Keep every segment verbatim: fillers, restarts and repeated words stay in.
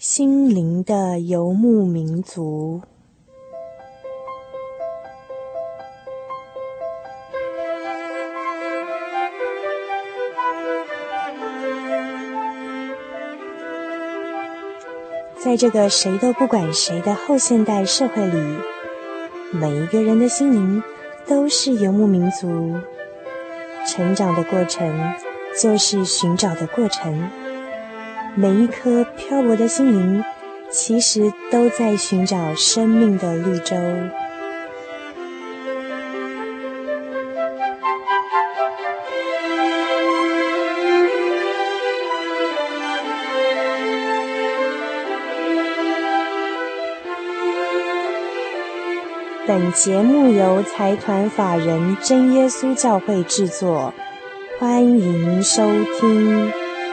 心灵的游牧民族。在这个谁都不管谁的后现代社会里，每一个人的心灵都是游牧民族。成长的过程就是寻找的过程，每一颗漂泊的心灵其实都在寻找生命的绿洲。本节目由财团法人真耶稣教会制作，欢迎收听。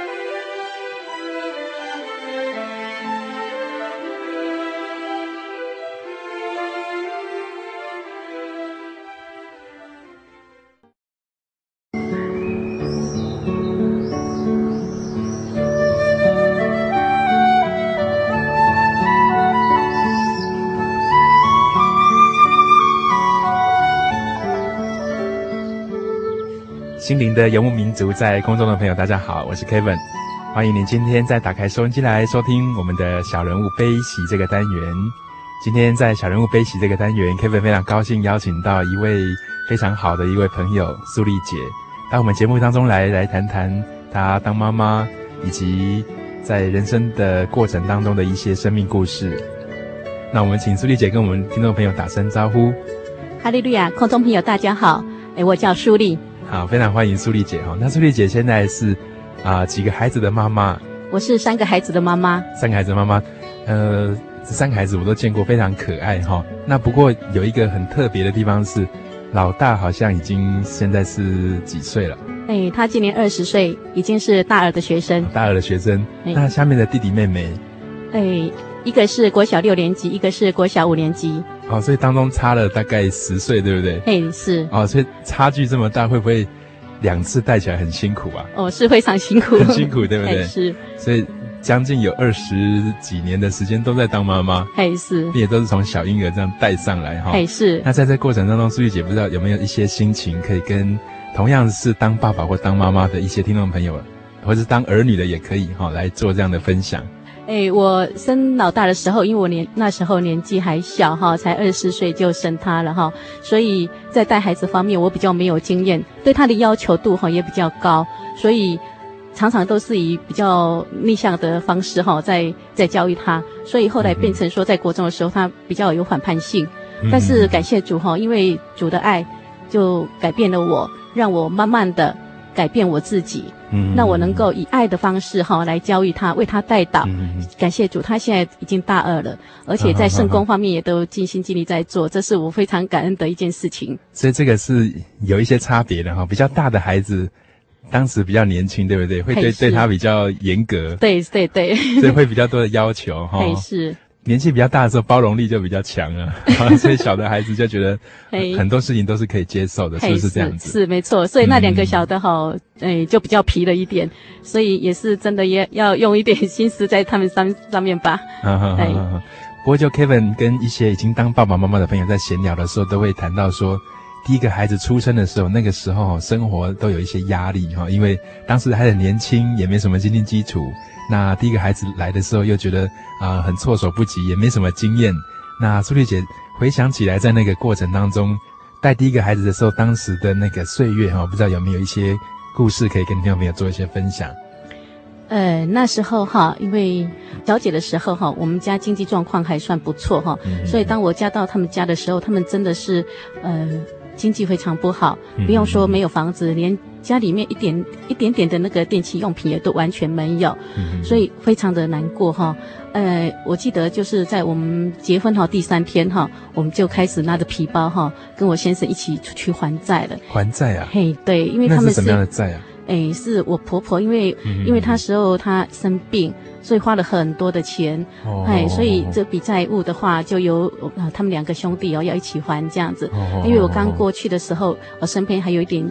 心灵的游牧民族，在空中的朋友大家好，我是 Kevin， 欢迎您今天再打开收音机来收听我们的小人物悲喜这个单元。今天在小人物悲喜这个单元， Kevin 非常高兴邀请到一位非常好的一位朋友苏丽姐到我们节目当中来来谈谈她当妈妈以及在人生的过程当中的一些生命故事。那我们请苏丽姐跟我们听众朋友打声招呼。 哈利路亚，空中朋友大家好，诶我叫苏丽。 好，非常欢迎苏丽姐哈。那苏丽姐现在是啊、呃、几个孩子的妈妈？ 我是三个孩子的妈妈。 三个孩子的妈妈，呃，这三个孩子我都见过，非常可爱哈。那不过有一个很特别的地方是，老大好像已经现在是几岁了？ 哎，他今年二十岁，已经是大二的学生。 大二的学生。那下面的弟弟妹妹？ 哎，一个是国小六年级，一个是国小五年级。 哦，所以当中差了大概十岁，对不对？ 嘿，是。 哦，所以差距这么大，会不会两次带起来很辛苦啊？ 哦，是非常辛苦， 很辛苦，对不对？ 是。所以将近有二十几年的时间都在当妈妈。 嘿，是。 你也都是从小婴儿这样带上来哈。 嘿，是。 那在这过程当中，苏丽姐不知道有没有一些心情可以跟同样是当爸爸或当妈妈的一些听众朋友，或是当儿女的也可以哈，来做这样的分享。 哎，我生老大的时候，因为我年那时候年纪还小哈，才二十四岁就生他了哈，所以在带孩子方面我比较没有经验，对他的要求度哈也比较高，所以常常都是以比较逆向的方式哈在在教育他，所以后来变成说在国中的时候他比较有反叛性，嗯、但是感谢主哈，因为主的爱就改变了我，让我慢慢的改变我自己。嗯，那我能够以爱的方式哈来教育他，为他带导。嗯，感谢主，他现在已经大二了，而且在圣工方面也都尽心尽力在做，这是我非常感恩的一件事情。 所以这个是有一些差别的哈，比较大的孩子当时比较年轻，对不对？会对对他比较严格。 对对对， 所以会比较多的要求哈。 是。 年纪比较大的时候，包容力就比较强了，所以小的孩子就觉得很多事情都是可以接受的，是不是这样子？ 是, 是没错，所以那两个小的哈，哎、嗯，就比较皮了一点，所以也是真的也要用一点心思在他们上上面吧。 哎，不过就 Kevin 跟一些已经当爸爸妈妈的朋友在闲聊的时候，都会谈到说，第一个孩子出生的时候，那个时候生活都有一些压力哈，因为当时还很年轻，也没什么经济基础。那第一个孩子来的时候，又觉得啊、呃、很措手不及，也没什么经验。那苏丽姐回想起来，在那个过程当中，带第一个孩子的时候，当时的那个岁月哈，不知道有没有一些故事可以跟听众朋友做一些分享？ 呃，那时候哈，因为小姐的时候哈，我们家经济状况还算不错哈，嗯、所以当我嫁到他们家的时候，他们真的是呃经济非常不好，不用说没有房子，连家里面一点一点点的那个电器用品也都完全没有，嗯、所以非常的难过哈。呃，我记得就是在我们结婚哈第三天哈，我们就开始拿着皮包哈，跟我先生一起出去还债了。 还债啊？ 嘿，对，因为他们是那是什么样的债啊？ 哎，是我婆婆，因为、嗯、因为她时候她生病，所以花了很多的钱，哦，哎，所以这笔债务的话，就由呃他们两个兄弟哦要一起还这样子。哦，因为我刚过去的时候，我身边还有一点经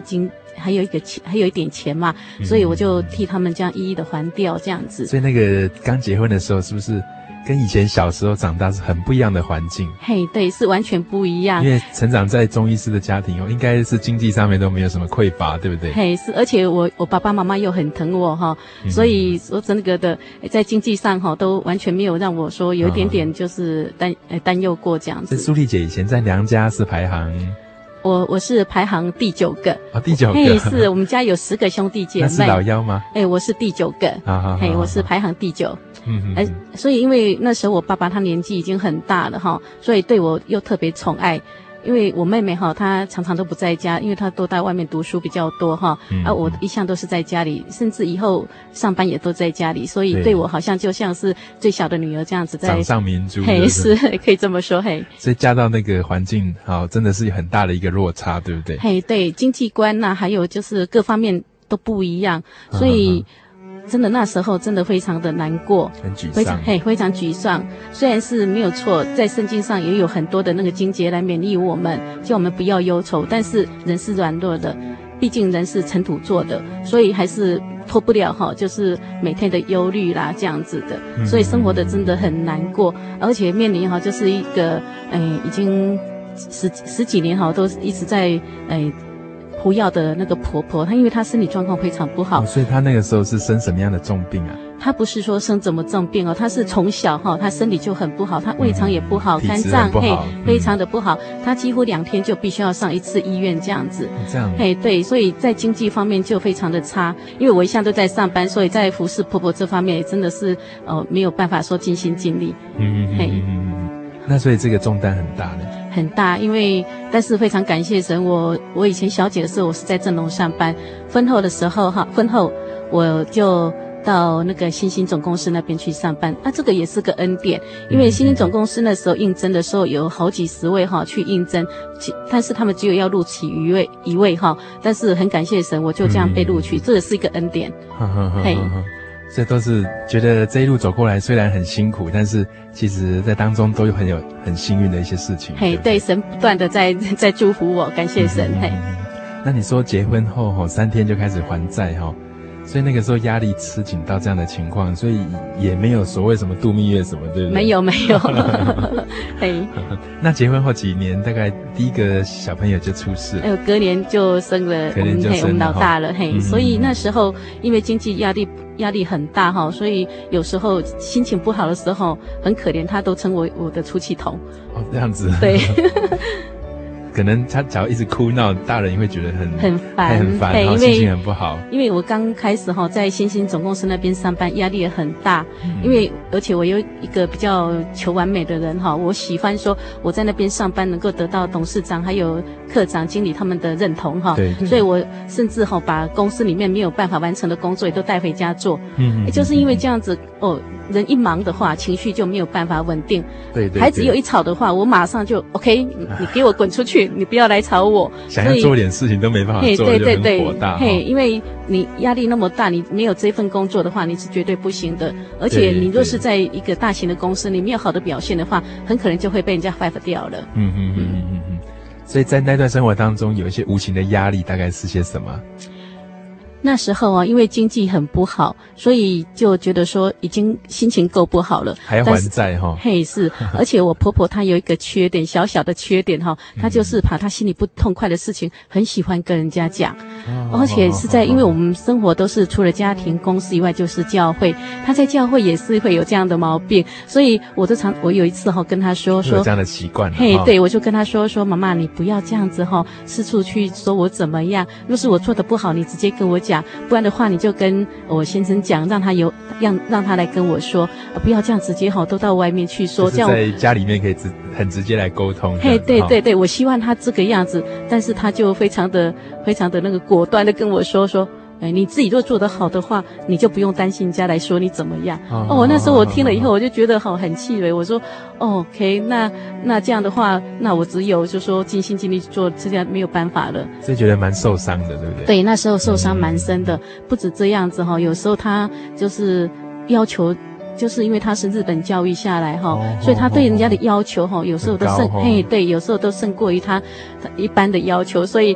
还有一个钱，还有一点钱嘛，嗯、所以我就替他们这样一一的还掉，这样子。 所以那个刚结婚的时候，是不是跟以前小时候长大是很不一样的环境？ 嘿，对，是完全不一样。 因为成长在中医师的家庭哦，应该是经济上面都没有什么匮乏，对不对？ 嘿，是，而且我我爸爸妈妈又很疼我哈，嗯、所以说真的的在经济上哈都完全没有让我说有一点点就是担呃担忧过这样子。 苏丽姐以前在娘家是排行。 我我是排行第九个啊、哦，第九个， 嘿，是我们家有十个兄弟姐妹， 那是老幺吗？ 哎，我是第九个， 啊嘿，我是排行第九， 嗯嗯， 哎，所以因为那时候我爸爸他年纪已经很大了哈，所以对我又特别宠爱。因为我妹妹哈，她常常都不在家，因为她都在外面读书比较多哈，嗯、啊，我一向都是在家里，甚至以后上班也都在家里，所以对我好像就像是最小的女儿这样子在掌上明珠， 嘿，是可以这么说，嘿。 所以嫁到那个环境，好，真的是有很大的一个落差，对不对？ 嘿，对，经济观呐、啊，还有就是各方面都不一样，所以。嗯真的那时候真的非常的难过， 很沮丧， 非常嘿非常沮丧。虽然是没有错，在圣经上也有很多的那个经节来勉励我们，叫我们不要忧愁。但是人是软弱的，毕竟人是尘土做的，所以还是脱不了哈，就是每天的忧虑啦这样子的。嗯、所以生活的真的很难过，而且面临哈就是一个哎已经十十几年哈都一直在哎。服药的那个婆婆，她因为她身体状况非常不好、 哦，所以她那个时候是生什么样的重病啊？ 她不是说生怎么重病哦，她是从小哈，她身体就很不好，她胃肠也不好，嗯、肝脏嘿、嗯、非常的不好，她几乎两天就必须要上一次医院这样子。 这样。 嘿，对，所以在经济方面就非常的差，因为我一向都在上班，所以在服侍婆婆这方面也真的是呃没有办法说尽心尽力。 嗯嗯嘿嗯嗯嗯。那所以这个重担很大的。 很大，因为但是非常感谢神，我我以前小姐的时候，我是在正隆上班，婚后的时候哈，婚后我就到那个新兴总公司那边去上班，啊，这个也是个恩典，因为新兴总公司那时候应征的时候有好几十位哈去应征，但是他们只有要录取一位一位哈，但是很感谢神，我就这样被录取，嗯、这也是一个恩典，嘿。 这都是觉得这一路走过来，虽然很辛苦，但是其实在当中都有很有很幸运的一些事情。 嘿，对, 对，神不断的在在祝福我，感谢神。嗯、嘿， 那你说结婚后吼三天就开始还债哈，所以那个时候压力吃紧到这样的情况，所以也没有所谓什么度蜜月什么，对不对？ 没有没有。嘿， 那结婚后几年，大概第一个小朋友就出世了， 哎呦，隔年就生了， 隔年就生了， 我们老大了，嘿， 嗯、 所以那时候因为经济压力。压力很大哈，所以有时候心情不好的时候很可怜，他都称我我的出气筒。 哦，这样子。 对。 可能他只要一直哭闹，大人也会觉得很很烦， 很烦，然后心情很不好。 因为我刚开始哈在新兴总公司那边上班，压力也很大。嗯、因为而且我有一个比较求完美的人哈，我喜欢说我在那边上班能够得到董事长还有科长、经理他们的认同哈。 对。 所以我甚至哈把公司里面没有办法完成的工作也都带回家做。 嗯, 嗯, 嗯。 就是因为这样子哦。人一忙的话，情绪就没有办法稳定。 对 对, 对。 孩子有一吵的话，我马上就 OK， 你, 你给我滚出去，你不要来吵我。 想要做点事情都没办法做， 对对对就很火大。 嘿，因为你压力那么大，你没有这份工作的话，你是绝对不行的。而且你若是在一个大型的公司，你没有好的表现的话，很可能就会被人家 fire 掉了。 嗯嗯嗯嗯嗯。所以在那段生活当中，有一些无形的压力，大概是些什么？ 那时候啊，因为经济很不好，所以就觉得说已经心情够不好了， 还要还债哈。 嘿，是，而且我婆婆她有一个缺点，小小的缺点哈，她就是把她心里不痛快的事情，很喜欢跟人家讲， 嗯、 而且是在因为我们生活都是除了家庭、公司以外就是教会，她在教会也是会有这样的毛病，所以我就常我有一次哈跟她说说有这样的习惯， 嘿，对，我就跟她说说妈妈，你不要这样子哈，四处去说我怎么样，若是我做的不好，你直接跟我讲。不然的话，你就跟我先生讲，让他有让让他来跟我说，呃、不要这样直接哈，都到外面去说， 这样在家里面可以直很直接来沟通。 嘿，对对对，我希望他这个样子，但是他就非常的非常的那个果断的跟我说说。哎，你自己若做得好的话，你就不用担心人家来说你怎么样。哦，哦那时候我听了以后，我就觉得好很气馁。我说、哦、，OK， 那那这样的话，那我只有就说尽心尽力做，这样没有办法了。 所以觉得蛮受伤的，对不对？ 对，那时候受伤蛮深的，嗯、不止这样子哈，有时候他就是要求。就是因为他是日本教育下来哈，哦、所以他对人家的要求哈，有时候都胜，嘿，对，有时候都胜过于他一般的要求，所以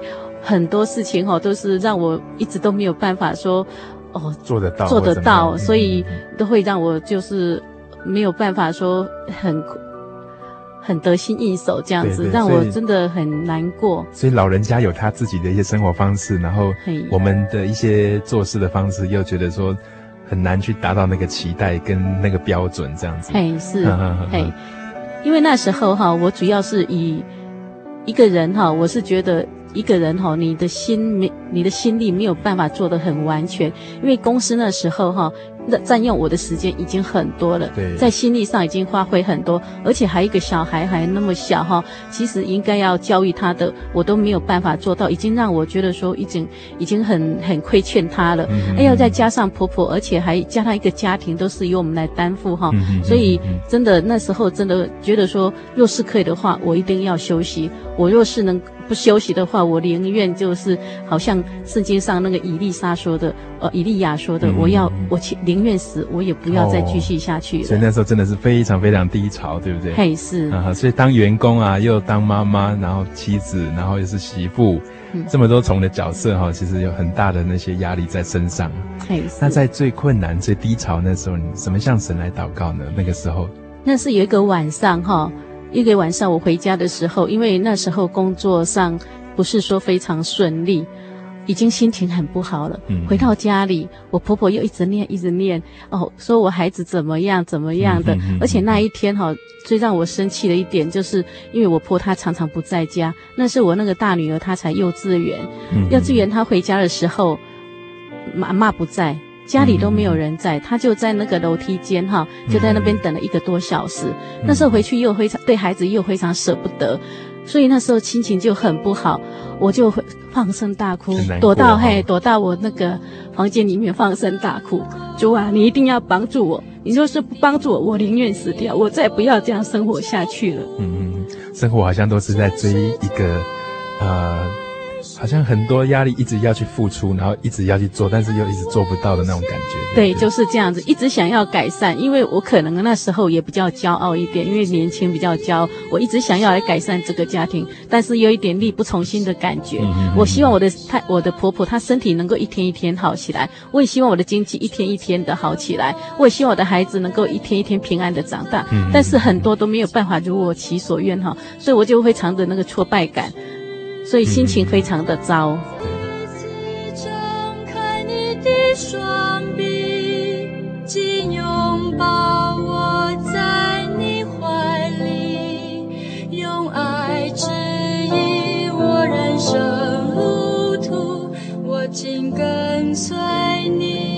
很多事情哈、哦，都是让我一直都没有办法说哦做得到做得到， 嗯、 所以都会让我就是没有办法说很很得心应手这样子， 对对， 让我真的很难过。 所以老人家有他自己的一些生活方式，然后我们的一些做事的方式，又觉得说很难去达到那个期待跟那个标准这样子。 嘿，是，嘿，因为那时候哈，我主要是以一个人哈，我是觉得一个人哈，你的心没，你的心力没有办法做得很完全，因为公司那时候哈，占用我的时间已经很多了， 对， 在心力上已经花费很多，而且还有一个小孩还那么小哈，其实应该要教育他的，我都没有办法做到，已经让我觉得说已经已经很很亏欠他了。嗯、哎呀，再加上婆婆，而且还加上一个家庭都是由我们来担负哈，嗯、所以真的那时候真的觉得说，若是可以的话，我一定要休息。我若是能不休息的话，我宁愿就是好像圣经上那个以利沙说的，呃，以利亚说的，嗯、我要我宁愿死，我也不要再继续下去了。 哦、所以那时候真的是非常非常低潮，对不对？ 嘿，是啊，所以当员工啊，又当妈妈，然后妻子，然后又是媳妇，嗯、这么多重的角色哈，其实有很大的那些压力在身上。 嘿， 那在最困难、最低潮那时候，你怎么向神来祷告呢？那个时候， 那是有一个晚上哈。一个晚上我回家的时候，因为那时候工作上不是说非常顺利，已经心情很不好了。嗯、回到家里，我婆婆又一直念一直念，哦，说我孩子怎么样怎么样的。嗯、哼哼哼而且那一天哈、哦，最让我生气的一点就是，因为我婆她常常不在家，那是我那个大女儿她才幼稚园，嗯、幼稚园她回家的时候，妈妈不在。家里都没有人在，他就在那个楼梯间哈，就在那边等了一个多小时。嗯、那时候回去又非常对孩子又非常舍不得，所以那时候心情就很不好，我就放声大哭，躲到嘿躲到我那个房间里面放声大哭。主啊，你一定要帮助我，你就是不帮助我，我宁愿死掉，我再不要这样生活下去了。 嗯嗯，生活好像都是在追一个呃。好像很多压力一直要去付出，然后一直要去做，但是又一直做不到的那种感觉。 对，对就是这样子，一直想要改善，因为我可能那时候也比较骄傲一点，因为年轻比较骄傲，我一直想要来改善这个家庭，但是有一点力不从心的感觉。嗯嗯我希望我的太我的婆婆她身体能够一天一天好起来，我也希望我的经济一天一天的好起来，我也希望我的孩子能够一天一天平安的长大。嗯但是很多都没有办法如我其所愿哈，所以我就会常着那个挫败感。所以心情非常的糟。 张开你的双臂，紧拥抱我在你怀里，用爱指引我人生路途，我紧跟随你。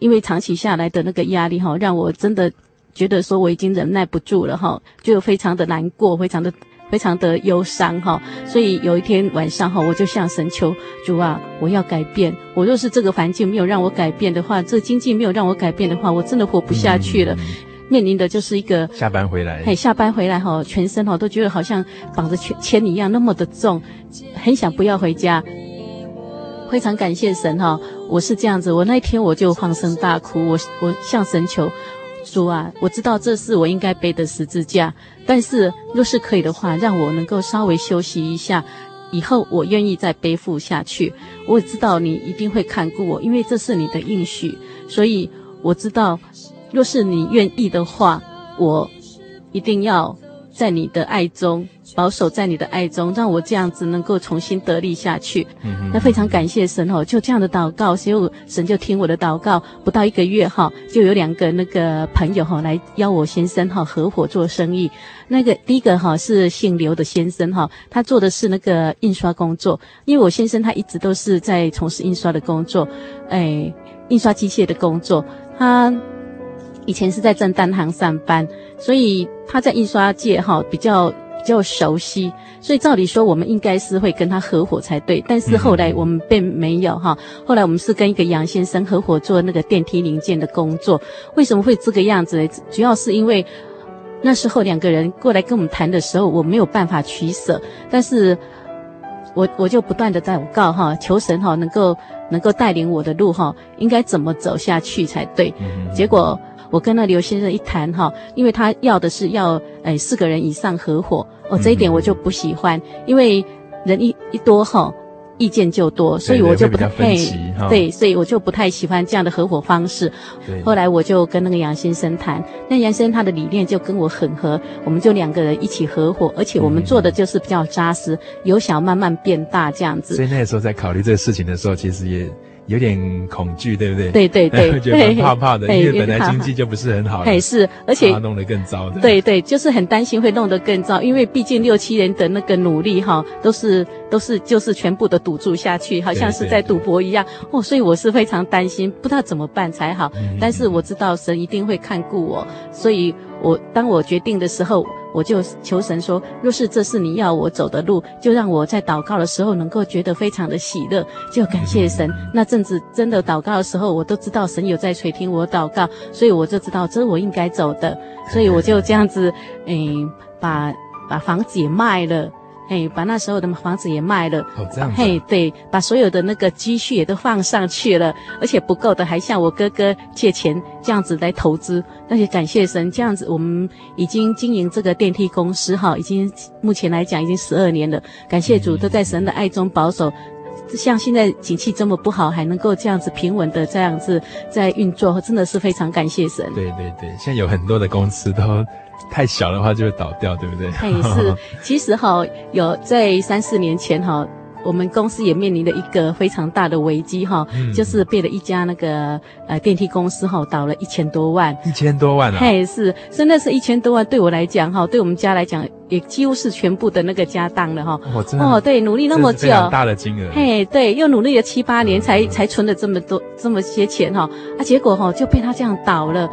因为长期下来的那个压力哈，让我真的觉得说我已经忍耐不住了哈，就非常的难过，非常的非常的忧伤哈。所以有一天晚上哈，我就向神求主啊，我要改变。我若是这个环境没有让我改变的话，这经济没有让我改变的话，我真的活不下去了。嗯面临的就是一个下班回来， 嘿，下班回来哈，全身哈都觉得好像绑着铅一样那么的重，很想不要回家。非常感谢神哈，我是这样子，我那一天我就放声大哭，我我向神求主啊，我知道这是我应该背的十字架，但是若是可以的话，让我能够稍微休息一下，以后我愿意再背负下去。我也知道你一定会看顾我，因为这是你的应许，所以我知道。若是你愿意的话，我一定要在你的爱中保守，在你的爱中，让我这样子能够重新得力下去。嗯、那非常感谢神哦，就这样的祷告，所以神就听我的祷告。不到一个月哈，就有两个那个朋友哈来邀我先生哈合伙做生意。那个第一个哈是姓刘的先生哈，他做的是那个印刷工作，因为我先生他一直都是在从事印刷的工作，哎，印刷机械的工作，他。以前是在正单行上班，所以他在印刷界哈比较比较熟悉，所以照理说我们应该是会跟他合伙才对，但是后来我们并没有哈，后来我们是跟一个杨先生合伙做那个电梯零件的工作。为什么会这个样子呢？主要是因为那时候两个人过来跟我们谈的时候，我没有办法取舍，但是我我就不断的祷告哈，求神哈能够能够带领我的路哈，应该怎么走下去才对。结果我跟那刘先生一谈哈，因为他要的是要诶四个人以上合伙，哦这一点我就不喜欢，因为人一一多哈，意见就多，所以我就不太对，所以我就不太喜欢这样的合伙方式。后来我就跟那个杨先生谈，那杨先生他的理念就跟我很合，我们就两个人一起合伙，而且我们做的就是比较扎实，由小慢慢变大这样子。 所以那个时候在考虑这个事情的时候，其实也有点恐惧，对不对？ 对对对， 觉得蛮怕怕的，因为本来经济就不是很好， 还是而且弄得更糟的。 对对，就是很担心会弄得更糟，因为毕竟六七年的那个努力哈，都是都是就是全部的赌注下去，好像是在赌博一样哦，所以我是非常担心，不知道怎么办才好。嗯、但是我知道神一定会看顾我，所以我当我决定的时候，我就求神说，若是这是你要我走的路，就让我在祷告的时候能够觉得非常的喜乐，就感谢神。嗯、那阵子真的祷告的时候，我都知道神有在垂听我祷告，所以我就知道这是我应该走的，所以我就这样子，嗯，把把房子也卖了。嘿，把那时候的房子也卖了， 哦，这样子、啊。 嘿，对，把所有的那个积蓄也都放上去了，而且不够的还向我哥哥借钱，这样子来投资。而且感谢神，这样子我们已经经营这个电梯公司哈，已经目前来讲已经十二年了。感谢主，都在神的爱中保守。像现在景气这么不好，还能够这样子平稳的这样子在运作，真的是非常感谢神。 对对对，现在有很多的公司都太小的话就会倒掉，对不对？ 哎，是，其实哈，有在三四年前哈，我们公司也面临了一个非常大的危机哈，嗯、就是被了一家那个呃电梯公司哈倒了一千多万， 一千多万啊！ 嘿，是，真的是一千多万，对我来讲哈，对我们家来讲也几乎是全部的那个家当了哈。 哦，真的哦，对，努力那么久， 非常大的金额。 嘿，对，又努力了七八年才，才、嗯、才存了这么多这么些钱哈，啊，结果哈就被他这样倒了。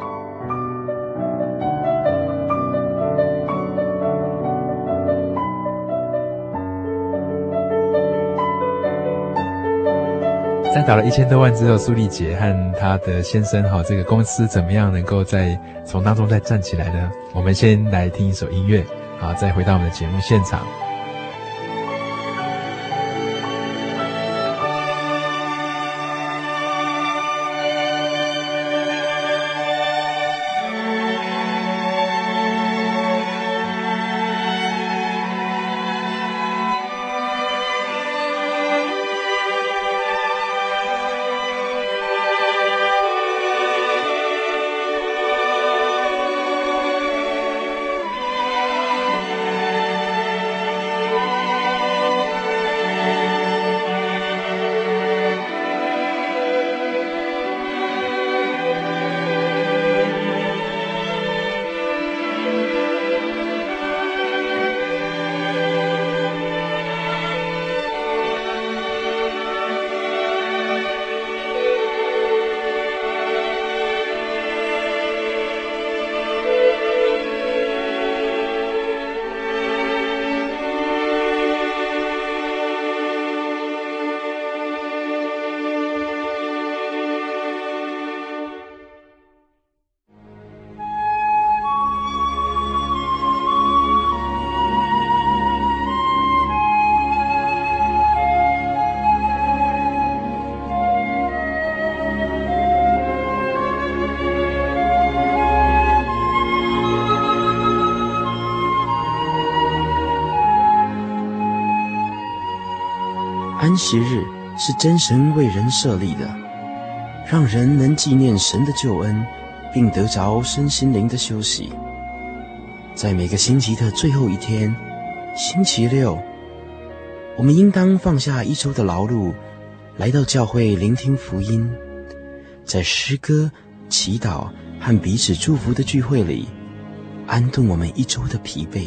在倒了一千多万之后，苏丽姐和她的先生哈，这个公司怎么样能够在从当中再站起来呢？我们先来听一首音乐，好，再回到我们的节目现场。 安息日是真神为人设立的，让人能纪念神的救恩，并得着身心灵的休息。在每个星期的最后一天，星期六，我们应当放下一周的劳碌，来到教会聆听福音，在诗歌、祈祷和彼此祝福的聚会里，安顿我们一周的疲惫。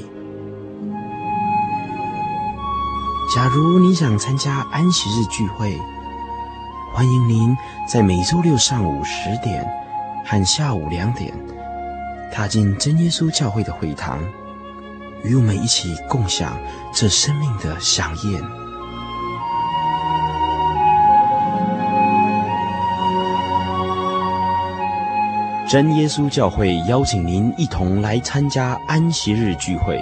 假如你想参加安息日聚会，欢迎您在每周六上午十点和下午两点踏进真耶稣教会的会堂，与我们一起共享这生命的飨宴。真耶稣教会邀请您一同来参加安息日聚会。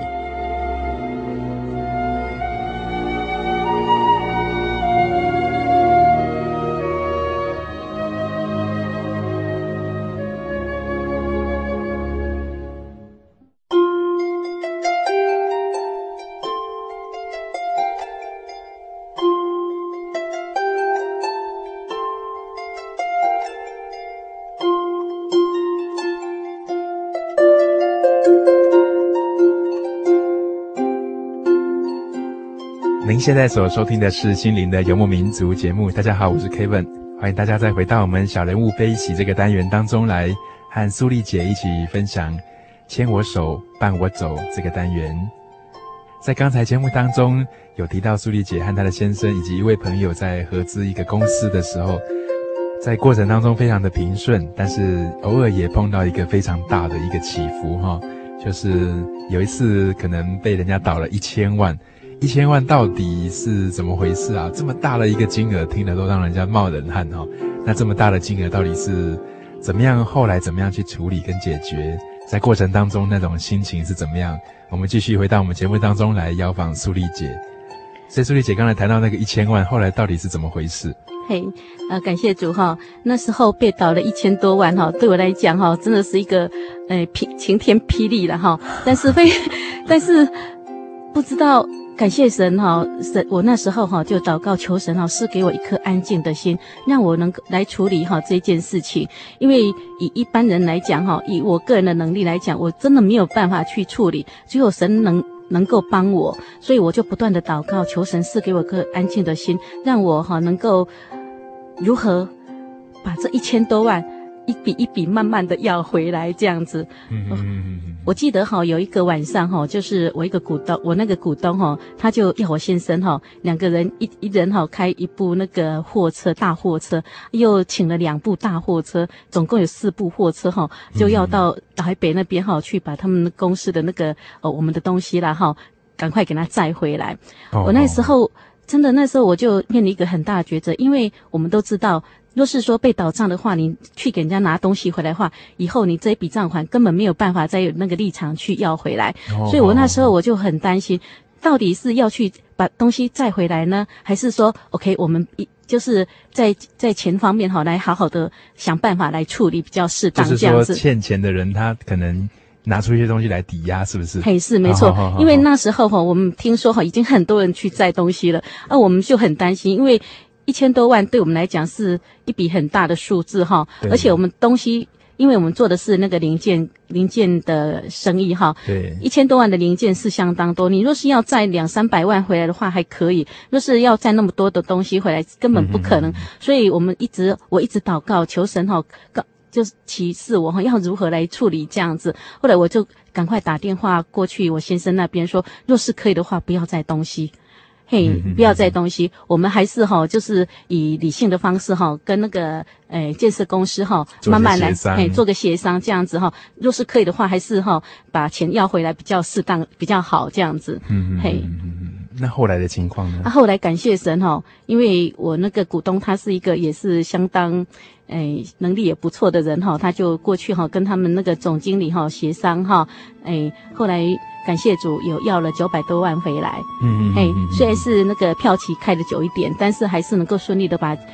您现在所收听的是心灵的游牧民族节目。大家好，我是 Kevin， 欢迎大家再回到我们小人物悲喜这个单元当中来，和苏丽姐一起分享牵我手伴我走这个单元。在刚才节目当中有提到苏丽姐和她的先生以及一位朋友在合资一个公司的时候，在过程当中非常的平顺，但是偶尔也碰到一个非常大的一个起伏哈，就是有一次可能被人家倒了一千万。一千万到底是怎么回事啊？这么大的一个金额，听了都让人家冒冷汗哦。那这么大的金额到底是怎么样？后来怎么样去处理跟解决？在过程当中那种心情是怎么样？我们继续回到我们节目当中来邀访苏丽姐。所以苏丽姐刚才谈到那个一千万，后来到底是怎么回事？ 嘿，呃，感谢主哈，那时候被倒了一千多万哈，对我来讲哈，真的是一个呃霹晴天霹雳了哈。但是非，但是不知道。感谢神哈，神我那时候哈就祷告求神哈，是给我一颗安静的心，让我能够来处理哈这件事情。因为以一般人来讲哈，以我个人的能力来讲，我真的没有办法去处理，只有神能能够帮我，所以我就不断的祷告求神是给我一颗安静的心，让我哈能够如何把这一千多万一笔一笔慢慢的要回来这样子。嗯嗯嗯。我记得哈有一个晚上哈，就是我一个股东，我那个股东哈，他就要我先生哈，两个人一一人哈开一部那个货车大货车，又请了两部大货车，总共有四部货车哈，就要到台北那边哈去把他们公司的那个呃我们的东西啦哈，赶快给他载回来。哦、我那时候真的那时候我就面临一个很大的抉择，因为我们都知道。若是说被倒账的话，你去给人家拿东西回来的话，以后你这一笔账款根本没有办法再有那个立场去要回来。哦、所以我那时候我就很担心，到底是要去把东西再回来呢，还是说 OK 我们一就是在在钱方面哈来好好的想办法来处理比较适当这样子。 就是说欠钱的人他可能拿出一些东西来抵押，是不是？ 嘿，是没错。哦、因为那时候哈，我们听说哈已经很多人去载东西了，啊，我们就很担心，因为。一千多万对我们来讲是一笔很大的数字哈，而且我们东西，因为我们做的是那个零件零件的生意哈，对，一千多万的零件是相当多。你若是要载两三百万回来的话还可以，若是要载那么多的东西回来，根本不可能。嗯、所以我们一直我一直祷告求神哈，就是启示我哈要如何来处理这样子。后来我就赶快打电话过去我先生那边说，若是可以的话，不要载东西。嘿，不要载东西，我们还是哈，就是以理性的方式哈，跟那个诶建设公司哈，慢慢来，嘿，做个协商这样子哈。若是可以的话，还是哈把钱要回来比较适当，比较好这样子。嗯嗯，嘿。 那后来的情况呢？ 啊，后来感谢神哈，因为我那个股东他是一个也是相当，诶能力也不错的人哈，他就过去哈跟他们那个总经理哈协商哈，诶后来。感谢主，有要了九百多万回来。嗯嗯，哎，虽然是那个票期开的久一点，但是还是能够顺利的把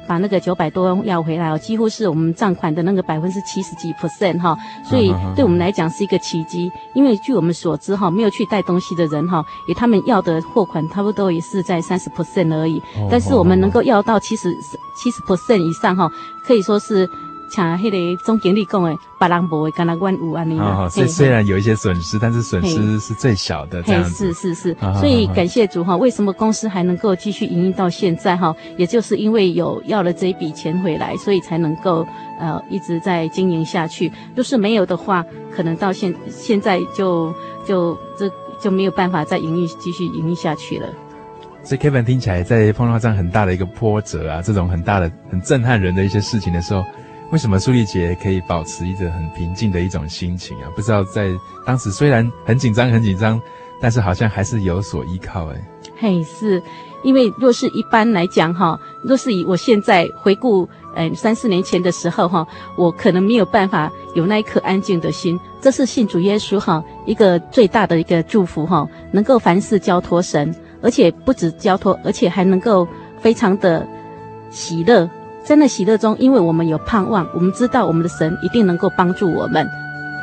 把那个九百多万要回来哦，几乎是我们账款的那个百分之七十几 percent 哈，所以对我们来讲是一个奇迹。因为据我们所知哈，没有去带东西的人哈，也他们要的货款差不多也是在三十 percent 而已，但是我们能够要到七十七十 percent 以上哈，可以说是。像迄个总经理讲的，别人无的，敢若阮有安尼啦。 哦，所以虽然有一些损失，但是损失是最小的这样子。 是是是，所以感谢主哈，为什么公司还能够继续营运到现在哈？也就是因为有要了这一笔钱回来，所以才能够呃一直在经营下去。就是没有的话，可能到现现在就就这就没有办法再营运继续营运下去了。 所以 Kevin 听起来，在碰到这样很大的一个波折啊，这种很大的、很震撼人的一些事情的时候。为什么苏丽姐可以保持一个很平静的一种心情啊？不知道在当时虽然很紧张很紧张，但是好像还是有所依靠哎。 嘿，是因为若是一般来讲哈，若是以我现在回顾，呃，三四年前的时候哈，我可能没有办法有那一颗安静的心。这是信主耶稣哈一个最大的一个祝福哈，能够凡事交托神，而且不止交托，而且还能够非常的喜乐。在那喜乐中，因为我们有盼望，我们知道我们的神一定能够帮助我们。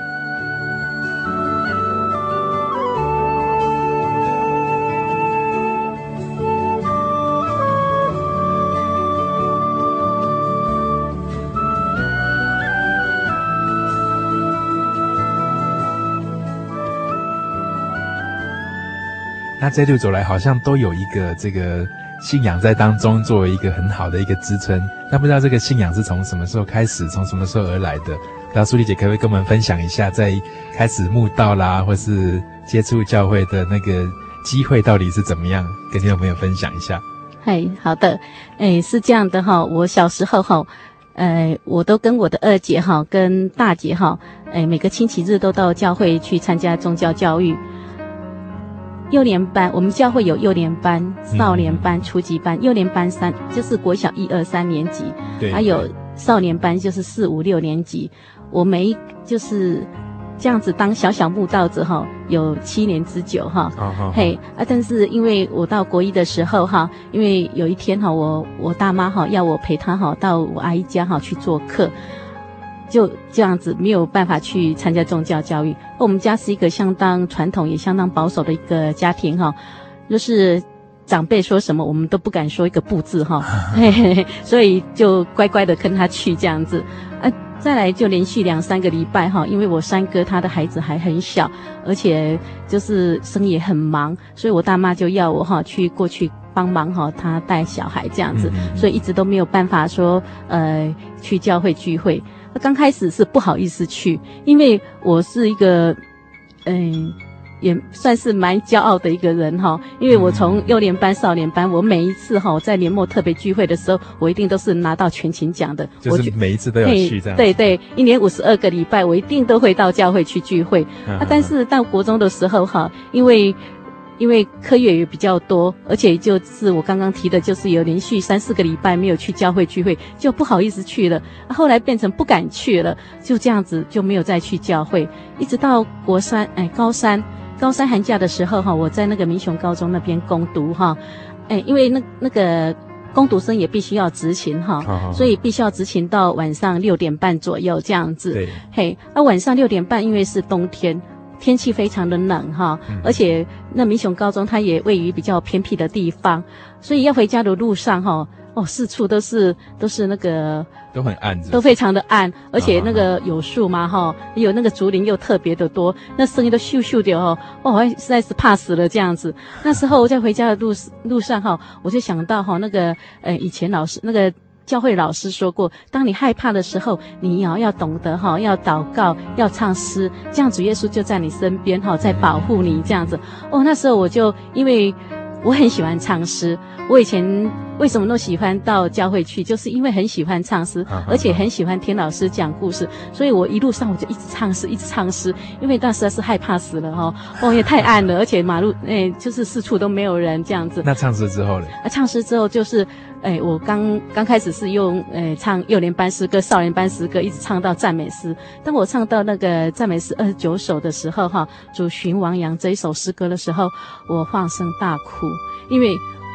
那这路走来，好像都有一个这个信仰在当中作为一个很好的一个支撑。那不知道这个信仰是从什么时候开始，从什么时候而来的？不知道苏丽姐可不可以跟我们分享一下，在开始慕道啦，或是接触教会的那个机会到底是怎么样？跟听众朋友分享一下。 嗨，好的，诶，是这样的哈，我小时候哈，呃，我都跟我的二姐哈，跟大姐哈，诶，每个星期日都到教会去参加宗教教育。幼年班，我们教会有幼年班、少年班、嗯、初级班。幼年班三就是国小一二三年级，对，还有少年班就是四五六年级。我每一就是这样子当小小慕道者哈，有七年之久哈。哦哦、嘿啊，但是因为我到国一的时候哈，因为有一天哈，我我大妈哈要我陪她哈到我阿姨家哈去做客。就这样子没有办法去参加宗教教育。我们家是一个相当传统也相当保守的一个家庭哈，就是长辈说什么我们都不敢说一个不字哈，嘿嘿嘿，所以就乖乖的跟他去这样子。啊，再来就连续两三个礼拜哈，因为我三哥他的孩子还很小，而且就是生意也很忙，所以我大妈就要我哈去过去帮忙哈，他带小孩这样子，所以一直都没有办法说呃去教会聚会。刚开始是不好意思去，因为我是一个，嗯，也算是蛮骄傲的一个人哈。因为我从幼年班、少年班，我每一次哈在年末特别聚会的时候，我一定都是拿到全勤奖的。 就是每一次都要去这样。 对对，一年五十二个礼拜，我一定都会到教会去聚会。啊，但是到国中的时候哈，因为。因为课业也比较多，而且就是我刚刚提的，就是有连续三四个礼拜没有去教会聚会，就不好意思去了。啊、后来变成不敢去了，就这样子就没有再去教会，一直到国三，哎，高三，高三寒假的时候哈，我在那个民雄高中那边攻读哈，哎，因为那那个工读生也必须要执勤哈，哦、所以必须要执勤到晚上六点半左右这样子。对，嘿，那、啊、晚上六点半，因为是冬天。天气非常的冷哈，嗯、而且那民雄高中它也位于比较偏僻的地方，所以要回家的路上哈，哦，四处都是都是那个都很暗是不是， 都非常的暗，而且那个有树嘛哈，有那个竹林又特别的多，那声音都咻咻的哦，哦，实在是怕死了这样子。那时候我在回家的路路上哈，我就想到哈那个呃以前老师那个。教会老师说过，当你害怕的时候，你要要懂得哈，要祷告，要唱诗，这样主耶稣就在你身边哈，在保护你这样子。哦，那时候我就因为我很喜欢唱诗，我以前为什么都喜欢到教会去，就是因为很喜欢唱诗，而且很喜欢听老师讲故事，所以我一路上我就一直唱诗，一直唱诗，因为那实在是害怕死了哈，哦也太暗了，而且马路诶、哎、就是四处都没有人这样子。 那唱诗之后呢？ 啊，唱诗之后就是。哎，我刚刚开始是用呃唱幼年班诗歌、少年班诗歌，一直唱到赞美诗。当我唱到那个赞美诗二十九首的时候，哈，主寻亡羊这一首诗歌的时候，我放声大哭，因为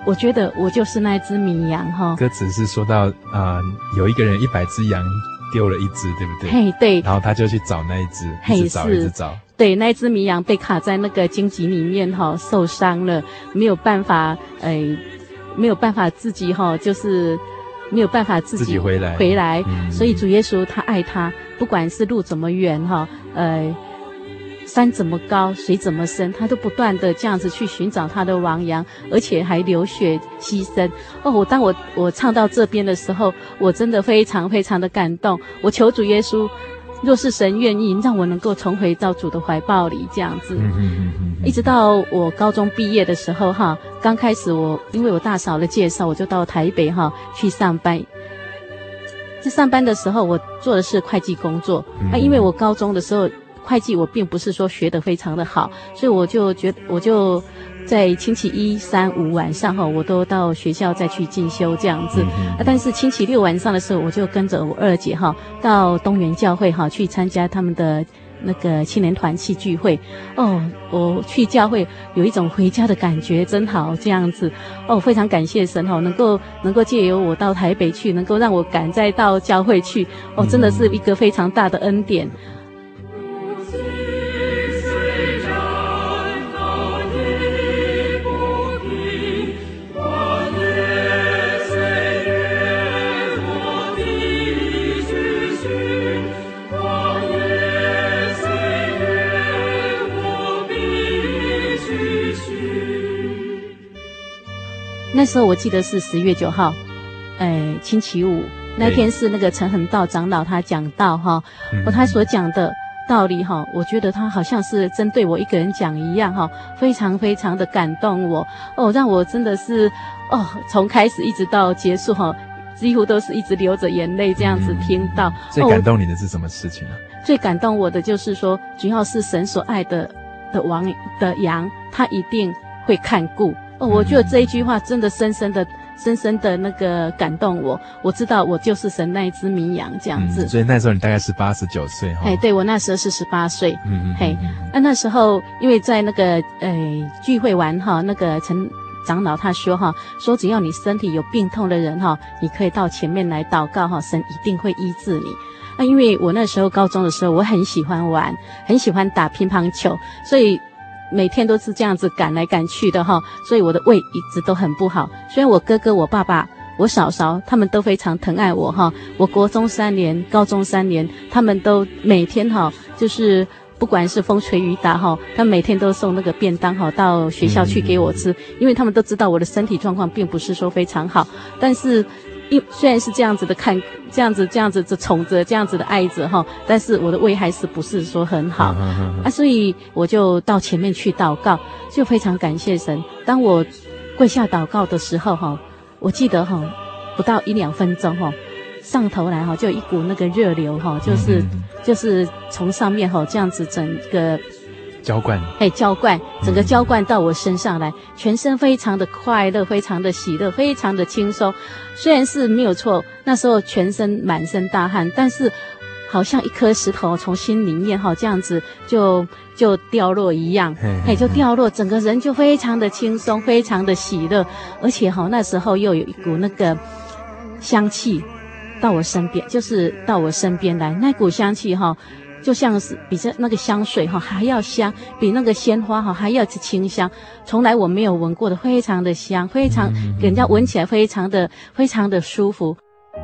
我觉得我就是那只绵羊哈。 歌词是说到啊、呃，有一个人一百只羊丢了一只，对不对？ 嘿，对。 然后他就去找那一只，一直找，一直找。 对，那只绵羊被卡在那个荆棘里面哈，受伤了，没有办法，呃，没有办法自己哈，就是没有办法自己自己回来回来。 嗯、 所以主耶稣他爱他，不管是路怎么远哈，呃。山怎么高，水怎么深，他都不断的这样子去寻找他的亡羊，而且还流血牺牲。哦，我当我我唱到这边的时候，我真的非常非常的感动。我求主耶稣，若是神愿意，让我能够重回到主的怀抱里，这样子。 嗯嗯嗯嗯。 一直到我高中毕业的时候哈，刚开始我因为我大嫂的介绍，我就到台北哈去上班。在上班的时候，我做的是会计工作。嗯、啊，因为我高中的时候。会计我并不是说学得非常的好，所以我就觉得我就在星期一、三、五晚上哈，我都到学校再去进修这样子。嗯、啊，但是星期六晚上的时候，我就跟着我二姐哈到东园教会哈去参加他们的那个青年团契聚会。哦，我去教会有一种回家的感觉，真好这样子。哦，非常感谢神哈，能够能够借由我到台北去，能够让我赶再到教会去。哦，真的是一个非常大的恩典。那时候我记得是十月九号，哎，星期五那天是那个陈恒道长老他讲道哈，哦，他所讲的道理哈，我觉得他好像是针对我一个人讲一样哈，非常非常的感动我哦，让我真的是哦，从开始一直到结束哈，几乎都是一直流着眼泪这样子听到。 嗯、最感动你的是什么事情啊？ 哦、最感动我的就是说，只要是神所爱的的王的羊，他一定会看顾。哦，我觉得这一句话真的深深的、深深的那个感动我。我知道我就是神那一只绵羊这样子。 嗯、所以那时候你大概是八十九岁哈。 哎，对，我那时候是十八岁。 嗯嗯。 嘿，那、啊、那时候因为在那个呃聚會完哈，那个陳長老他說哈，說只要你身體有病痛的人哈，你可以到前面來禱告哈，神一定會醫治你。啊，因為我那時候高中的時候，我很喜歡玩，很喜歡打乒乓球，所以每天都是這樣子趕來趕去的哈，所以我的胃一直都很不好。雖然我哥哥、我爸爸、我嫂嫂他們都非常疼愛我哈，我國中三年、高中三年，他們都每天哈就是不管是風吹雨打哈，他們每天都送那個便當哈到學校去給我吃，嗯、因為他們都知道我的身體狀況並不是說非常好，但是因雖然是這樣子的看，這樣子這樣子的寵着，這樣子的愛着哈，但是我的胃還是不是說很好、嗯嗯嗯、啊，所以我就到前面去禱告，就非常感謝神。當我跪下禱告的時候哈，我記得哈不到一兩分鐘哈，上頭來哈就有一股那個熱流哈，就是嗯嗯就是從上面哈這樣子整個澆灌， 哎，澆灌，整個澆灌到我身上來，嗯、全身非常的快樂，非常的喜樂，非常的輕鬆。雖然是沒有錯，那時候全身滿身大汗，但是好像一顆石頭從心裡面哈這樣子就就掉落一樣，嘿，嘿，嘿，就掉落，整個人就非常的輕鬆，非常的喜樂，而且哈那時候又有一股那個香氣到我身邊，就是到我身邊來，那股香氣哈。就像是比這那個香水哈還要香，比那個鮮花哈還要清香，從來我沒有聞過的，非常的香，非常給人家聞起來非常的非常的舒服。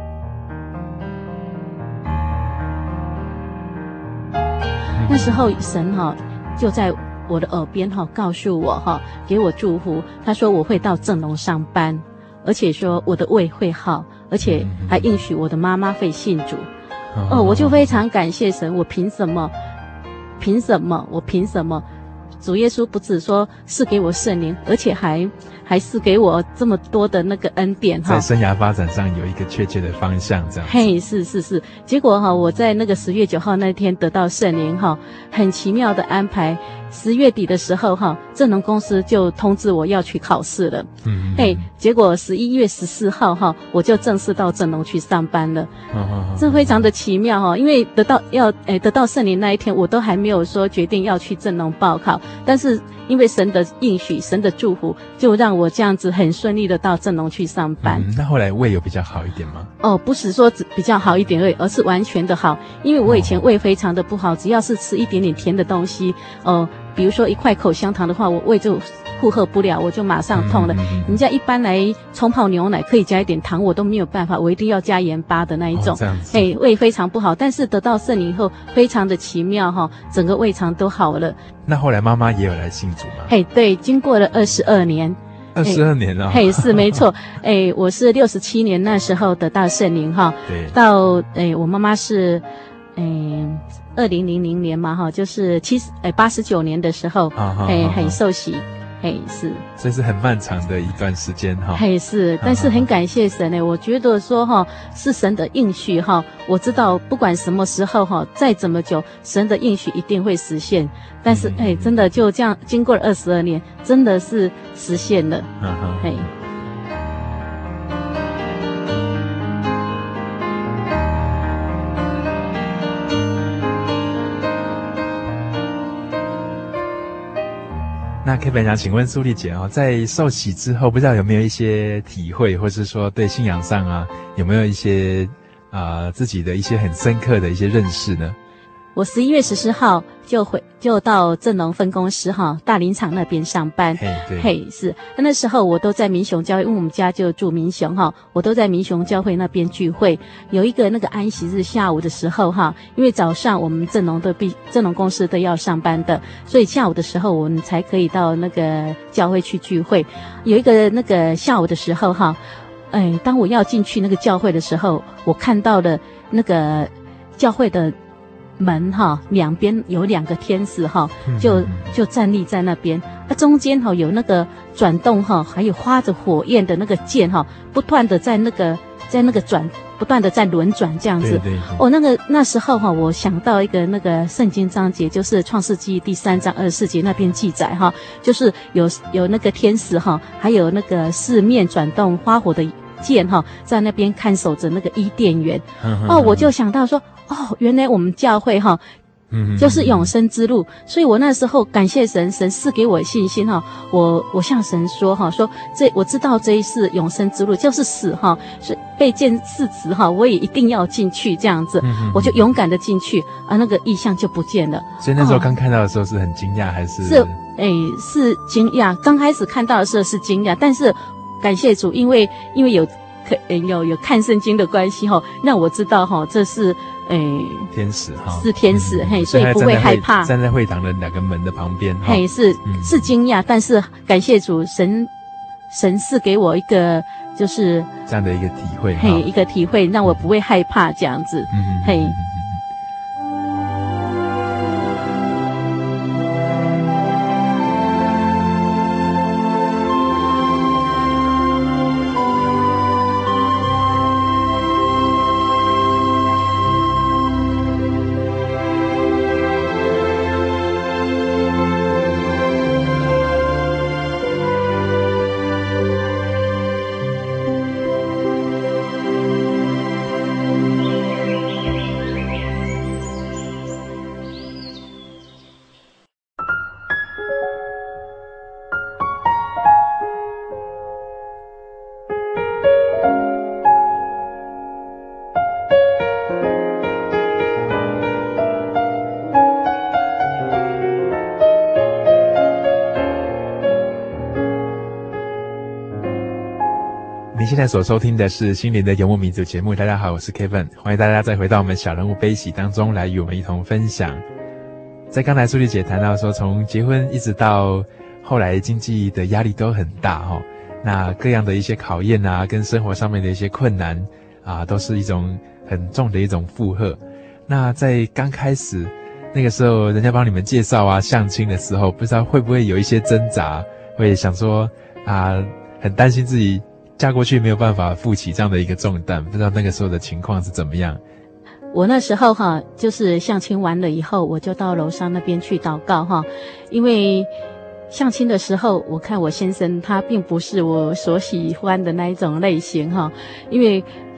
那時候神哈就在我的耳邊哈告訴我哈，給我祝福，他說我會到正農上班，而且說我的胃會好，而且還應許我的媽媽會信主。哦，我就非常感謝神，我憑什麼？憑什麼？我憑什麼？主耶穌不只說賜給我聖靈，而且還還賜給我這麼多的那個恩典哈。在生涯發展上有一個確切的方向，這樣。 嘿，是是是。結果哈，我在那個十月九號那天得到聖靈哈，很奇妙的安排。十月底的時候哈，正農公司就通知我要去考試了。嗯。嘿，結果十一月十四號哈，我就正式到正農去上班了。哦哦哦。這非常的奇妙哈，因為得到要誒得到聖靈那一天，我都還沒有說決定要去正農報考，但是因為神的應許、神的祝福，就讓我这样子很顺利的到正农去上班。 嗯，那后来胃有比较好一点吗？ 哦，不是说只比较好一点而已，而是完全的好。因为我以前胃非常的不好，只要是吃一点点甜的东西，呃，比如说一块口香糖的话，我胃就负荷不了，我就马上痛了。嗯嗯嗯，人家一般来冲泡牛奶可以加一点糖，我都没有办法，我一定要加盐巴的那一种。哦，这样子。哎，胃非常不好，但是得到圣灵以后，非常的奇妙哈，整个胃肠都好了。 那后来妈妈也有来信主吗？ 嘿，对，经过了二十二年。 二十二年了。 嘿，是没错。哎，我是六十七年那时候得到圣灵哈。对。到哎，我妈妈是，哎，二零零零年嘛哈，就是七十哎八十九年的时候，哎，很受洗。嘿，是， 所以是很漫长的一段时间哈。 嘿，是，但是很感谢神呢。我觉得说哈，是神的应许哈。我知道不管什么时候哈，再怎么久，神的应许一定会实现。但是哎，真的就这样，经过了二十二年，真的是实现了。嗯哼，嘿。 那 Kevin 想请问苏丽姐哦，在受洗之后，不知道有没有一些体会，或是说对信仰上啊，有没有一些啊、呃、自己的一些很深刻的一些认识呢？ 我十一月十四号就回就到正农分公司哈大林场那边上班。嘿，对，嘿是。那时候我都在民雄教会，因为我们家就住民雄哈，我都在民雄教会那边聚会。有一个那个安息日下午的时候哈，因为早上我们正农都必正农公司都要上班的，所以下午的时候我们才可以到那个教会去聚会。有一个那个下午的时候哈，哎，当我要进去那个教会的时候，我看到了那个教会的门哈，两边有两个天使哈，就就站立在那边。啊，中间哈有那个转动哈，还有发着火焰的那个剑哈，不断的在那个在那个转，不断的在轮转这样子。对对对。哦，那个那时候哈，我想到一个那个圣经章节，就是创世纪第三章二十四节那边记载哈，就是有有那个天使哈，还有那个四面转动发火的剑哈，在那边看守着那个伊甸园。哦，我就想到说。哦，原来我们教会哈，嗯，就是永生之路，所以我那时候感谢神，神赐给我信心哈，我我向神说哈，说这我知道这一世永生之路就是死哈，是被剑刺死哈，我也一定要进去这样子，嗯、我就勇敢的进去啊，那个异象就不见了。 所以那时候刚看到的时候是很惊讶，还是？ 是，哎，是惊讶。刚开始看到的时候是惊讶，但是感谢主，因为因为有有有看圣经的关系哈，让我知道哈，这是。哎， 天使哈， 是天使，嘿，所以不会害怕。 站在会堂的两个门的旁边， 嘿，是是惊讶，但是感谢主，神神赐给我一个就是这样的一个体会， 嘿，一个体会，让我不会害怕这样子，嘿。 现在所收听的是心灵的游牧民族节目。大家好，我是 Kevin， 欢迎大家再回到我们小人物悲喜当中来与我们一同分享。在刚才苏丽姐谈到说，从结婚一直到后来经济的压力都很大哦，那各样的一些考验啊，跟生活上面的一些困难啊，都是一种很重的一种负荷。那在刚开始那个时候，人家帮你们介绍啊、相亲的时候，不知道会不会有一些挣扎，会想说啊，很担心自己嫁过去没有办法负起这样的一个重担，不知道那个时候的情况是怎么样。 我那时候哈，就是相亲完了以后，我就到楼上那边去祷告哈，因为相亲的时候，我看我先生他并不是我所喜欢的那一种类型哈，因为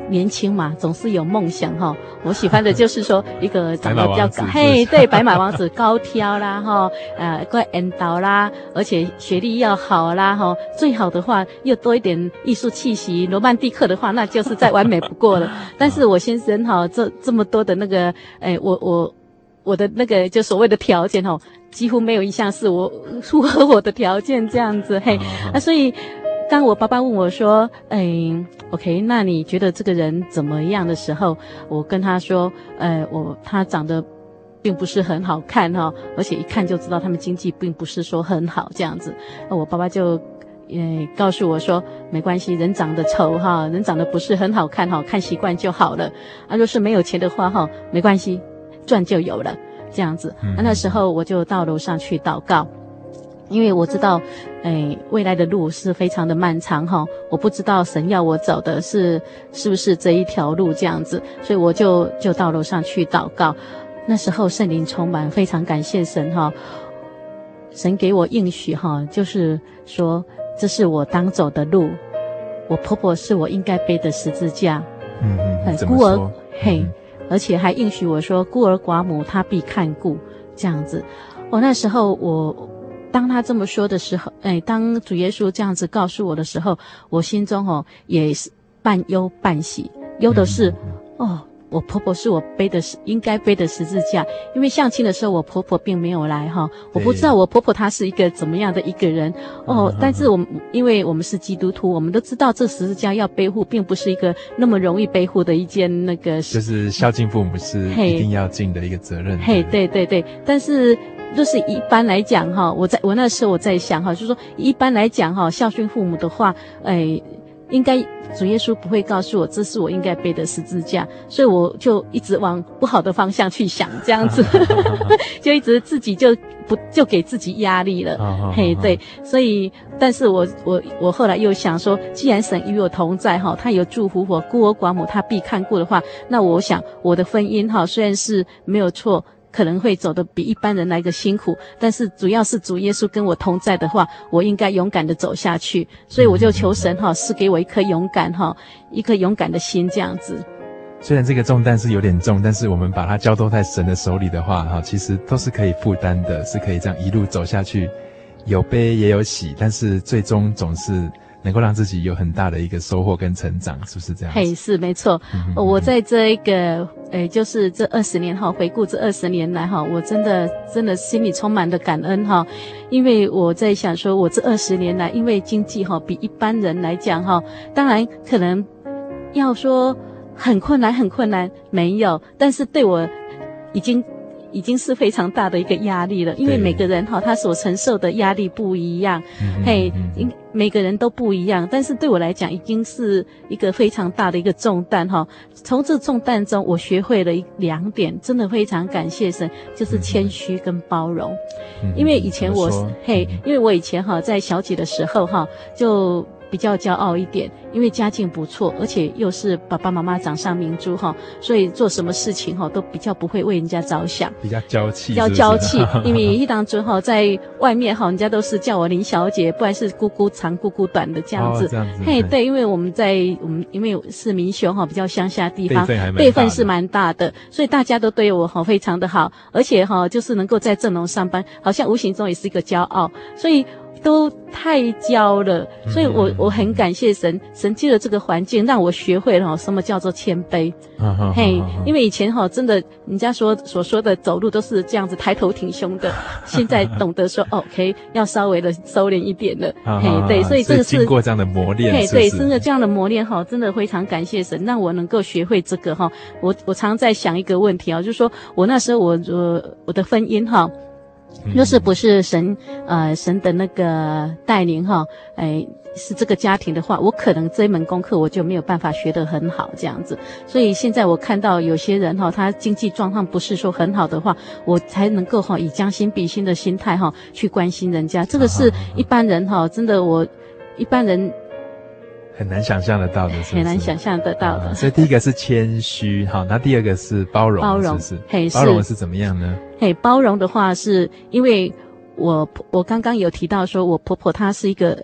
年轻嘛，总是有梦想哈。我喜欢的就是说一个长得比较高，嘿， 是对，白马王子高挑啦哈，呃，怪引导啦，而且学历要好啦哈，最好的话又多一点艺术气息，罗曼蒂克的话，那就是再完美不过了。但是我先生哈，这这么多的那个，哎，我我我的那个就所谓的条件哈，几乎没有一项是我符合我的条件这样子，嘿，啊，所以。当我爸爸问我说：“哎 ，OK， 那你觉得这个人怎么样的时候，我跟他说，呃，我他长得并不是很好看哈，而且一看就知道他们经济并不是说很好这样子。我爸爸就呃告诉我说，没关系，人长得丑哈，人长得不是很好看哈，看习惯就好了。啊，若是没有钱的话哈，没关系，赚就有了这样子。啊，那时候我就到楼上去祷告。”因为我知道，哎，未来的路是非常的漫长哈，我不知道神要我走的是是不是这一条路这样子，所以我就就到楼上去祷告。那时候圣灵充满，非常感谢神哈，神给我应许哈，就是说这是我当走的路，我婆婆是我应该背的十字架， 嗯嗯， 孤儿嘿，而且还应许我说孤儿寡母她必看顾这样子。我那时候我。当他这么说的时候，哎，当主耶稣这样子告诉我的时候，我心中哦也是半忧半喜。忧的是，哦，我婆婆是我背的应该背的十字架，因为相亲的时候我婆婆并没有来哈，我不知道我婆婆她是一个怎么样的一个人哦。但是我们因为我们是基督徒，我们都知道这十字架要背负，并不是一个那么容易背负的一件那个， 就是孝敬父母是一定要尽的一个责任。 嘿，对对对，但是。就是一般来讲哈，我在我那时候我在想哈，就是说一般来讲哈，孝顺父母的话，哎，应该主耶稣不会告诉我这是我应该背的十字架，所以我就一直往不好的方向去想，这样子，就一直自己就不就给自己压力了，嘿，对，所以，但是我我我后来又想说，既然神与我同在哈，他有祝福我孤儿寡母他必看顾的话，那我想我的婚姻哈虽然是没有错。可能会走得比一般人来的辛苦，但是主要是主耶稣跟我同在的话，我应该勇敢的走下去。所以我就求神哈，赐给我一颗勇敢哈，一颗勇敢的心这样子。 虽然这个重担是有点重，但是我们把它交托在神的手里的话，哈，其实都是可以负担的，是可以这样一路走下去，有悲也有喜，但是最终总是能够让自己有很大的一个收获跟成长，是不是这样？ 嘿，是没错。嗯、我在这一个，诶，就是这二十年哈，回顾这二十年来哈，我真的真的心里充满了感恩哈，因为我在想说，我这二十年来，因为经济哈比一般人来讲哈，当然可能要说很困难很困难没有，但是对我已经。已经是非常大的一个压力了，因为每个人哈他所承受的压力不一样，嗯、嘿，嗯、每个人都不一样。但是对我来讲，已经是一个非常大的一个重担哈。从这重担中，我学会了两点，真的非常感谢神，就是谦虚跟包容。嗯、因为以前我嘿，因为我以前哈在小姐的时候哈就。比较骄傲一点，因为家境不错，而且又是爸爸妈妈掌上明珠哈，所以做什么事情哈都比较不会为人家着想， 比较娇气， 比较娇气。因为一当中哈在外面哈，人家都是叫我林小姐，不然是姑姑长姑姑短的这样子。哦、这样子嘿，对，因为我们在我们因为是民雄哈，比较乡下地方，辈分是蛮大的，所以大家都对我哈非常的好，而且哈就是能够在正农上班，好像无形中也是一个骄傲，所以。都太骄了，所以我我很感谢神，神借了这个环境让我学会了什么叫做谦卑。嘿，因为以前哈真的人家说所说的走路都是这样子抬头挺胸的，现在懂得说 OK 要稍微的收敛一点了。嘿，对，所以这个是经过这样的磨练。 嘿，对，真的这样的磨练哈，真的非常感谢神，让我能够学会这个哈。我我常在想一个问题啊，就是说我那时候我我我的婚姻哈。若是不是神呃神的那个带领哈，哎是这个家庭的话，我可能这一门功课我就没有办法学得很好这样子。所以现在我看到有些人哈，他经济状况不是说很好的话，我才能够哈以将心比心的心态哈去关心人家。这个是一般人哈，真的我一般人。 很难想象得到的是不是， 很难想象得到的。 啊、所以第一个是谦虚，好，那第二个是包容，包容是不是？嘿，包容是怎么样呢？ 嘿，包容的话是因为我我刚刚有提到说，我婆婆她是一个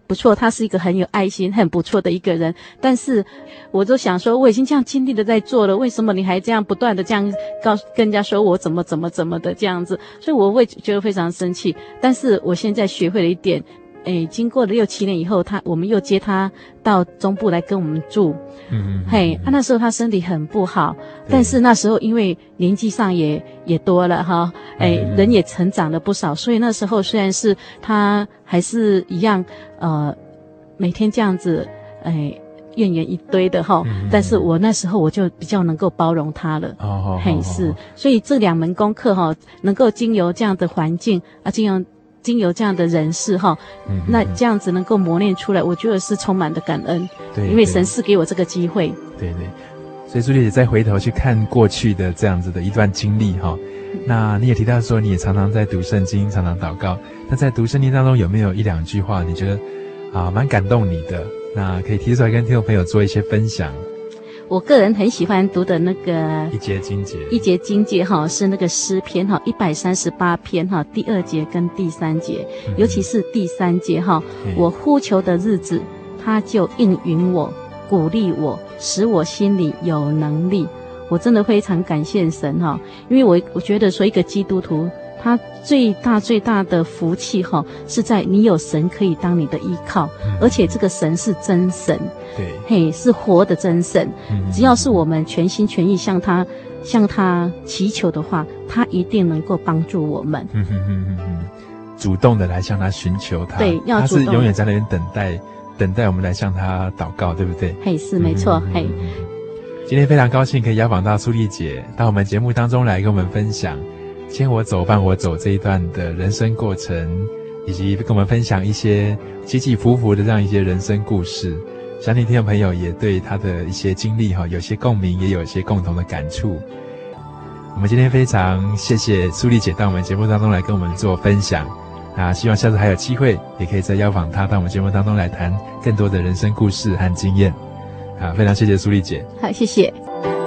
不错，他是一个很有爱心很不错的一个人，但是我就想说我已经这样尽力的在做了，为什么你还这样不断的这样告跟人家说我怎么怎么怎么的这样子，所以我会觉得非常生气。但是我现在学会了一点，诶，经过了六七年以后，他我们又接他到中部来跟我们住。嗯嗯。嘿，啊，那时候他身体很不好，但是那时候因为年纪上也也多了哈，诶，嗯、人也成长了不少，所以那时候虽然是他还是一样，呃，每天这样子，诶。怨言一堆的哈、嗯，但是我那时候我就比较能够包容他了。哦，嘿是，所以这两门功课哈，能够经由这样的环境啊，经由经由这样的人事哈、嗯，那这样子能够磨练出来，我觉得是充满的感恩。对，因为神是给我这个机会。 对对，所以朱丽姐再回头去看过去的这样子的一段经历哈，那你也提到说你也常常在读圣经，常常祷告。那在读圣经当中有没有一两句话你觉得啊蛮感动你的？那可以提出来跟听众朋友做一些分享。 我个人很喜欢读的那个一节经节， 一节经节哈，是那个诗篇哈，一百三十八篇哈，第二节跟第三节，嗯、尤其是第三节哈，我呼求的日子，他就应允我，鼓励我，使我心里有能力。我真的非常感谢神哈，因为我我觉得说一个基督徒。他最大最大的福气哈，是在你有神可以当你的依靠，嗯、而且这个神是真神，对，嘿，是活的真神。嗯、只要是我们全心全意向他向他祈求的话，他一定能够帮助我们。嗯哼哼哼哼， 主动的来向他寻求他， 对，要主动， 他是永远在那边等待，等待我们来向他祷告，对不对？ 嘿，是没错，嘿。 今天非常高兴可以邀访到苏丽姐到我们节目当中来跟我们分享。牵我走伴我走这一段的人生过程，以及跟我们分享一些起起伏伏的这样一些人生故事，相信听众朋友也对他的一些经历有些共鸣，也有一些共同的感触。我们今天非常谢谢苏丽姐到我们节目当中来跟我们做分享，那希望下次还有机会也可以再邀访她到我们节目当中来谈更多的人生故事和经验。好，非常谢谢苏丽姐。 好，谢谢。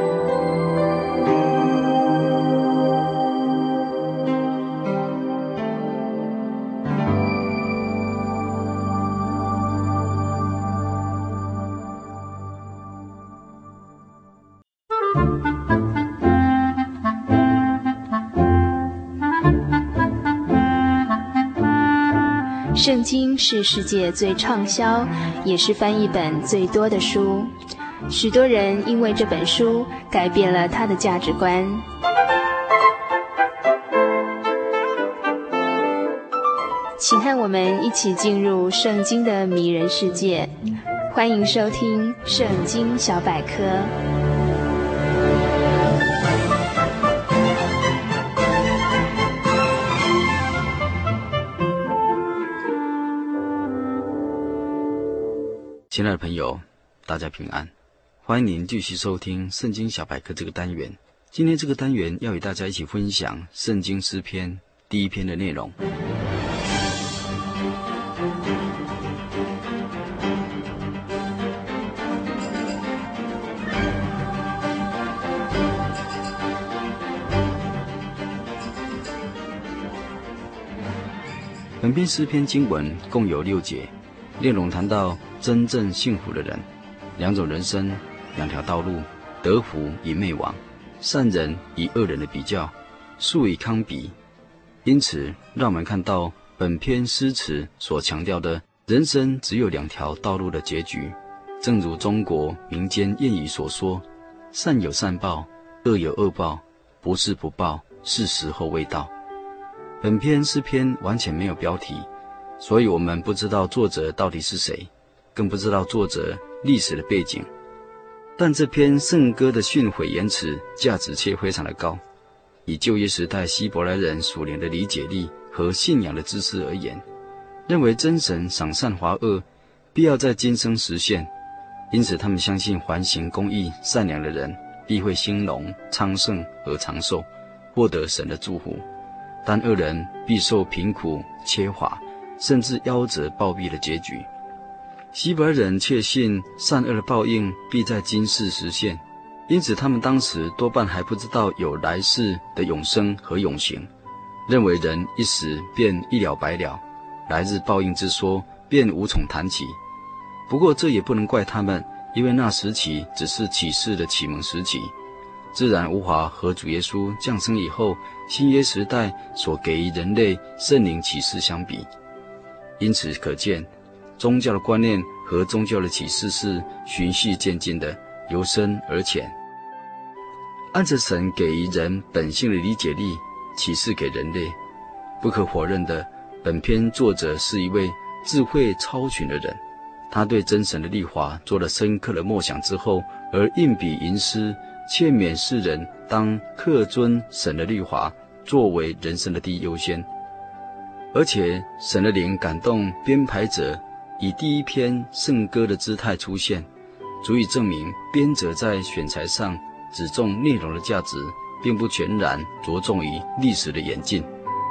圣经是世界最畅销，也是翻译本最多的书。许多人因为这本书改变了他的价值观。请和我们一起进入圣经的迷人世界，欢迎收听《圣经小百科》。 亲爱的朋友，大家平安，欢迎您继续收听圣经小百科这个单元。今天这个单元要与大家一起分享圣经诗篇第一篇的内容。本篇诗篇经文共有六节，内容谈到真正幸福的人，两种人生，两条道路，得福与灭亡，善人与恶人的比较，术与康比。因此让我们看到本篇诗词所强调的人生只有两条道路的结局，正如中国民间谚语所说，善有善报，恶有恶报，不是不报，是时候未到。本篇诗篇完全没有标题，所以我们不知道作者到底是谁，更不知道作者历史的背景。但这篇圣歌的训诲言辞价值却非常的高。以旧约时代希伯来人属灵的理解力和信仰的知识而言，认为真神赏善罚恶必要在今生实现，因此他们相信环行公义善良的人必会兴隆昌盛而长寿，获得神的祝福，但恶人必受贫苦缺乏甚至夭折暴毙的结局。希伯来人确信善恶的报应必在今世实现，因此他们当时多半还不知道有来世的永生和永刑，认为人一时便一了百了，来日报应之说便无从谈起。不过这也不能怪他们，因为那时期只是启示的启蒙时期，自然无法和主耶稣降生以后新约时代所给予人类圣灵启示相比。因此可见，宗教的观念和宗教的启示是循序渐进的，由深而浅。按着神给予人本性的理解力启示给人类。不可否认的，本篇作者是一位智慧超群的人，他对真神的律法做了深刻的默想之后，而印笔吟诗，劝勉世人当恪遵神的律法作为人生的第一优先。而且神的灵感动编排者以第一篇圣歌的姿态出现，足以证明编者在选材上只重内容的价值，并不全然着重于历史的演进。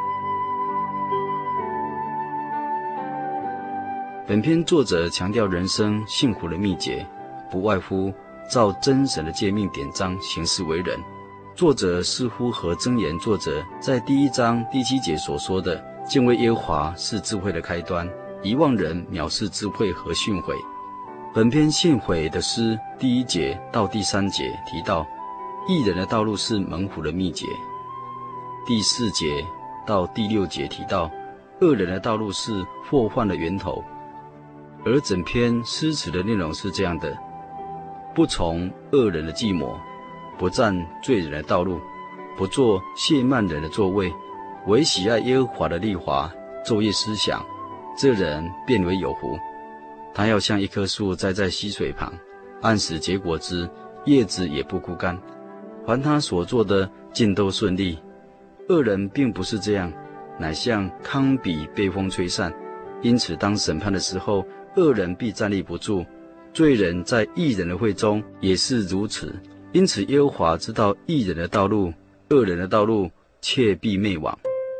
本篇作者强调人生幸福的秘诀，不外乎照真神的诫命典章行事为人。作者似乎和箴言作者在第一章第七节所说的敬畏耶和华是智慧的开端，遗忘人藐视智慧和训诲。本篇训诲的诗第一节到第三节提到义人的道路是蒙福的秘诀，第四节到第六节提到恶人的道路是祸患的源头。而整篇诗词的内容是这样的：不从恶人的计谋，不占罪人的道路，不做亵慢人的座位，唯喜爱耶和华的律法，昼夜思想，这人便为有福。他要像一棵树栽在溪水旁，按时结果子，叶子也不枯干，凡他所做的尽都顺利。恶人并不是这样，乃像糠秕被风吹散。因此当审判的时候，恶人必站立不住，罪人在义人的会中也是如此。因此耶和华知道义人的道路，恶人的道路却必灭亡。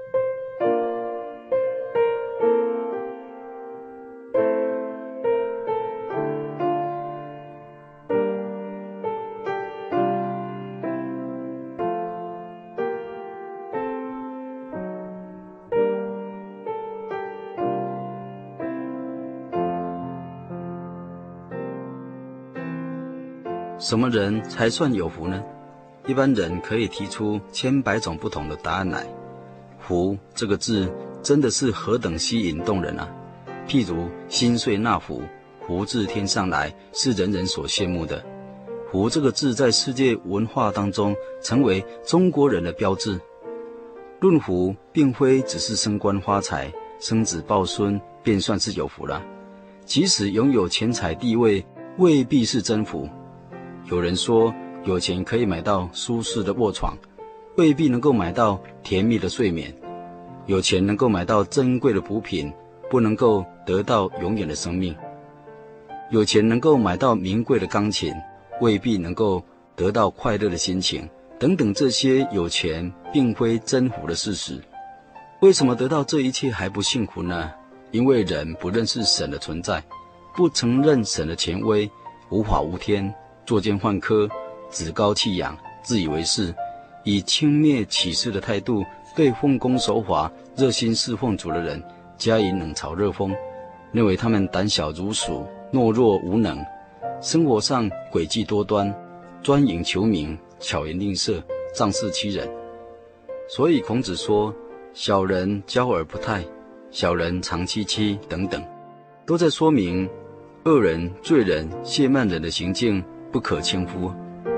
什么人才算有福呢？一般人可以提出千百种不同的答案来。福这个字真的是何等吸引动人啊！譬如心碎纳福，福自天上来，是人人所羡慕的。福这个字在世界文化当中成为中国人的标志。论福并非只是升官发财、生子抱孙便算是有福了，即使拥有钱财地位，未必是真福。有人说有钱可以买到舒适的卧床，未必能够买到甜蜜的睡眠。有钱能够买到珍贵的补品，不能够得到永远的生命。有钱能够买到名贵的钢琴，未必能够得到快乐的心情，等等，这些有钱并非真福的事实。为什么得到这一切还不幸福呢？因为人不认识神的存在，不承认神的权威，无法无天，作奸犯科，趾高气扬，自以为是，以轻蔑启示的态度对奉公守法、热心侍奉主的人加以冷嘲热讽，认为他们胆小如鼠，懦弱无能，生活上诡计多端，专营求名，巧言令色，仗势欺人。所以孔子说，小人骄而不泰，小人长戚戚等等，都在说明恶人、罪人、亵慢人的行径不可轻忽。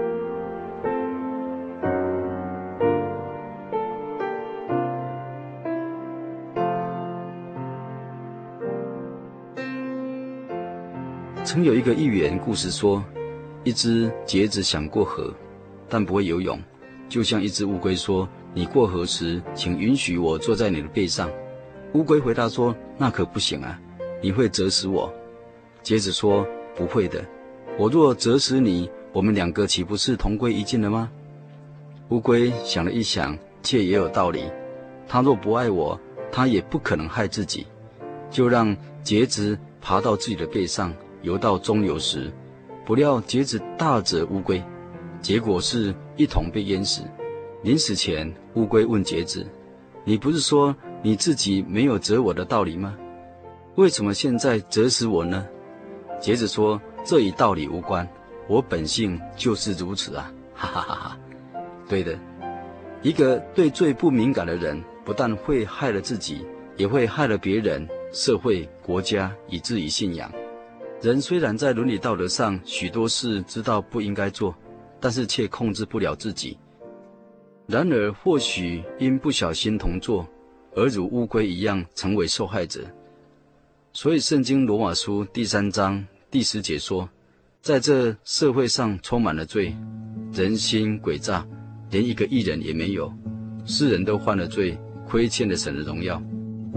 曾有一个寓言故事说，一只橛子想过河，但不会游泳，就像一只乌龟说，你过河时请允许我坐在你的背上。乌龟回答说，那可不行啊，你会折死我。橛子说，不会的，我若折死你，我们两个岂不是同归于尽了吗？乌龟想了一想，却也有道理，他若不爱我，他也不可能害自己，就让橛子爬到自己的背上，游到中游时，不料橛子大折乌龟，结果是一同被淹死。临死前，乌龟问橛子，你不是说你自己没有折我的道理吗？ 为什么现在责死我呢？接着说，这与道理无关，我本性就是如此啊！哈哈哈哈！对的，一个对罪不敏感的人，不但会害了自己，也会害了别人、社会、国家，以至于信仰。人虽然在伦理道德上许多事知道不应该做，但是却控制不了自己。然而或许因不小心同做，而如乌龟一样成为受害者。所以圣经罗马书第三章第十节说，在这社会上充满了罪，人心诡诈，连一个义人也没有，世人都犯了罪，亏欠了神的荣耀。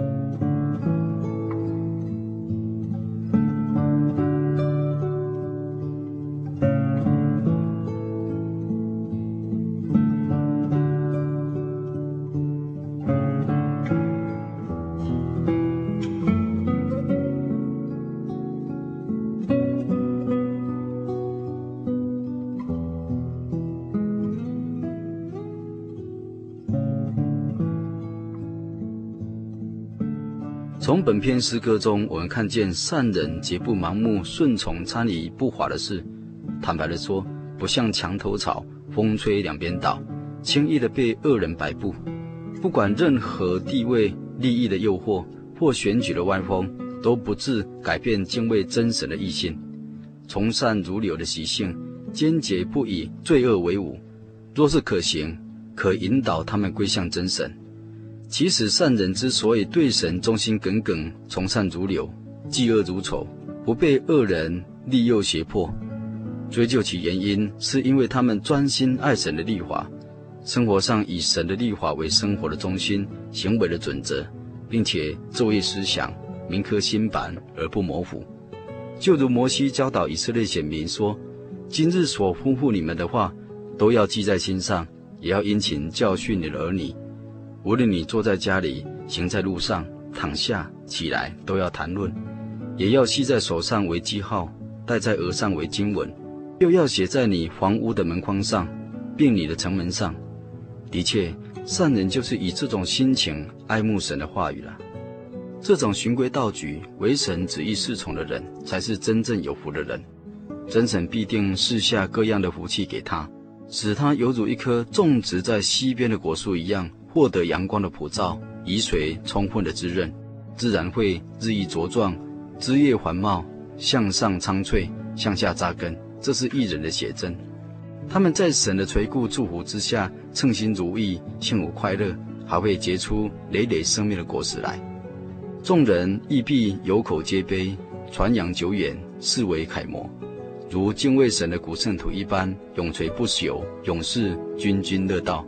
从本篇诗歌中，我们看见善人绝不盲目顺从参与不法的事。坦白地说，不像墙头草，风吹两边倒，轻易地被恶人摆布。不管任何地位、利益的诱惑或选举的歪风，都不致改变敬畏真神的意性。从善如流的习性，坚决不以罪恶为伍。若是可行，可引导他们归向真神。其实善人之所以对神忠心耿耿，从善如流，嫉恶如仇，不被恶人利诱胁迫，追究其原因，是因为他们专心爱神的律法，生活上以神的律法为生活的中心，行为的准则，并且昼夜思想，铭刻心版而不模糊。就如摩西教导以色列选民说，今日所吩咐你们的话，都要记在心上，也要殷勤教训你的儿女。无论你坐在家里，行在路上，躺下起来，都要谈论，也要系在手上为记号，戴在额上为经文，又要写在你房屋的门框上，并你的城门上。的确，善人就是以这种心情爱慕神的话语了。这种循规蹈矩、为神旨意侍从的人，才是真正有福的人。真神必定赐下各样的福气给他，使他犹如一棵种植在溪边的果树一样，获得阳光的普照，雨水充分的滋润，自然会日益茁壮，枝叶繁茂，向上苍翠，向下扎根。这是义人的写真。他们在神的垂顾祝福之下，称心如意，幸福快乐，还会结出累累生命的果实来。众人亦必有口皆碑，传扬久远，视为楷模，如敬畏神的古圣土一般，永垂不朽，永世津津乐道。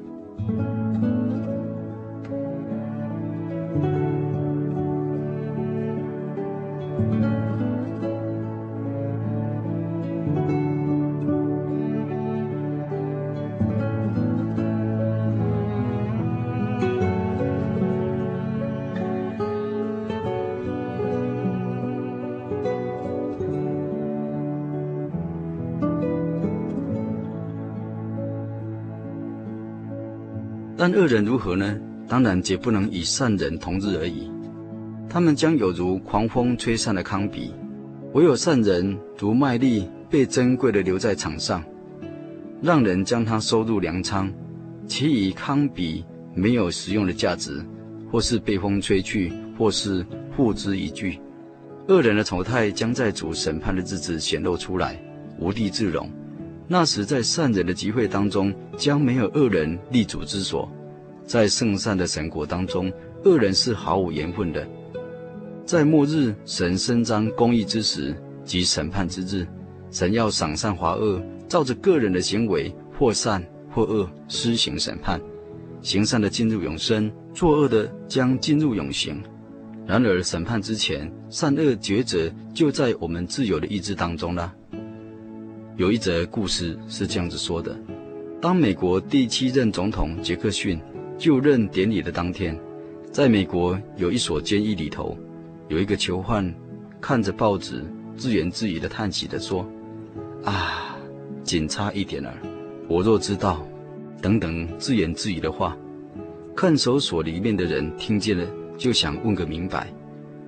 但恶人如何呢？当然绝不能与善人同日而语。他们将有如狂风吹散的糠秕，唯有善人如麦粒被珍贵的留在场上，让人将它收入粮仓。其余糠秕没有实用的价值，或是被风吹去，或是付之一炬。恶人的丑态将在主审判的日子显露出来，无地自容。那时在善人的集会当中，将没有恶人立足之所。在圣善的神国当中，恶人是毫无缘分的。在末日神伸张公义之时，即审判之日，神要赏善罚恶，照着个人的行为，或善或恶施行审判。行善的进入永生，作恶的将进入永刑。然而审判之前，善恶抉择就在我们自由的意志当中了。有一则故事是这样子说的：当美国第七任总统杰克逊就任典礼的当天，在美国有一所监狱里头，有一个囚犯看着报纸，自言自语的叹息地说：啊，仅差一点儿，我若知道……等等自言自语的话。看守所里面的人听见了，就想问个明白。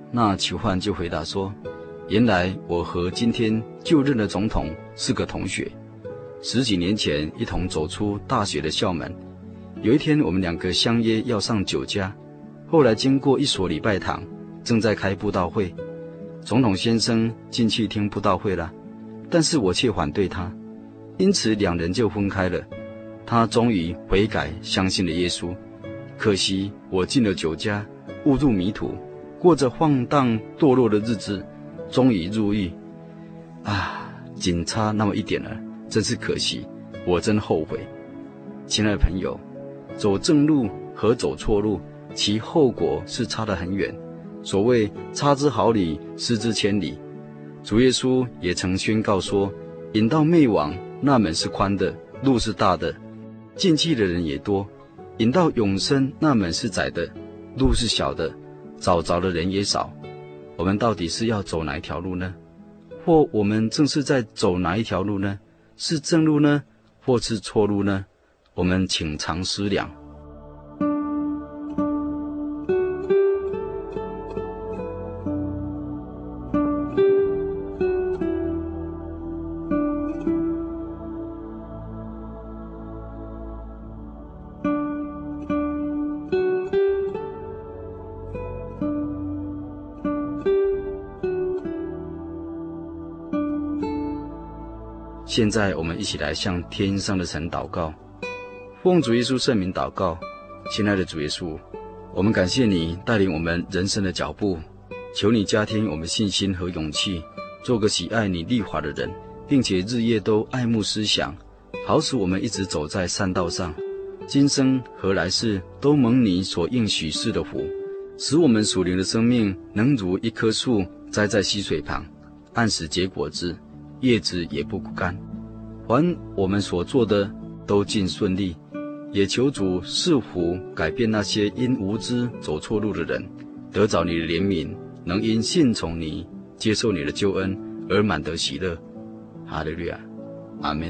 那囚犯就回答说，原来我和今天就任的总统是个同学，十几年前一同走出大学的校门。有一天我们两个相约要上酒家，后来经过一所礼拜堂，正在开布道会，总统先生进去听布道会了，但是我却反对他，因此两人就分开了。他终于悔改，相信了耶稣。可惜我进了酒家，误入迷途，过着放荡堕落的日子，终于入狱。啊，仅差那么一点了，真是可惜，我真后悔。亲爱的朋友，走正路和走错路，其后果是差得很远。所谓差之毫厘，失之千里。主耶稣也曾宣告说，引到灭亡，那门是宽的，路是大的，进去的人也多；引到永生，那门是窄的，路是小的，找着的人也少。我们到底是要走哪一条路呢？或我们正是在走哪一条路呢？是正路呢，或是错路呢？我们请常思量。现在我们一起来向天上的神祷告，奉主耶稣圣名祷告。亲爱的主耶稣，我们感谢你带领我们人生的脚步，求你加添我们信心和勇气，做个喜爱你律法的人，并且日夜都爱慕思想，好使我们一直走在善道上，今生和来世都蒙你所应许赐的福，使我们属灵的生命能如一棵树栽在溪水旁，按时结果子，叶子也不枯干。凡我们所做的都尽顺利，也求主赐福改变那些因无知走错路的人，得着你的怜悯，能因信从你，接受你的救恩而满得喜乐。哈利路亚，阿们。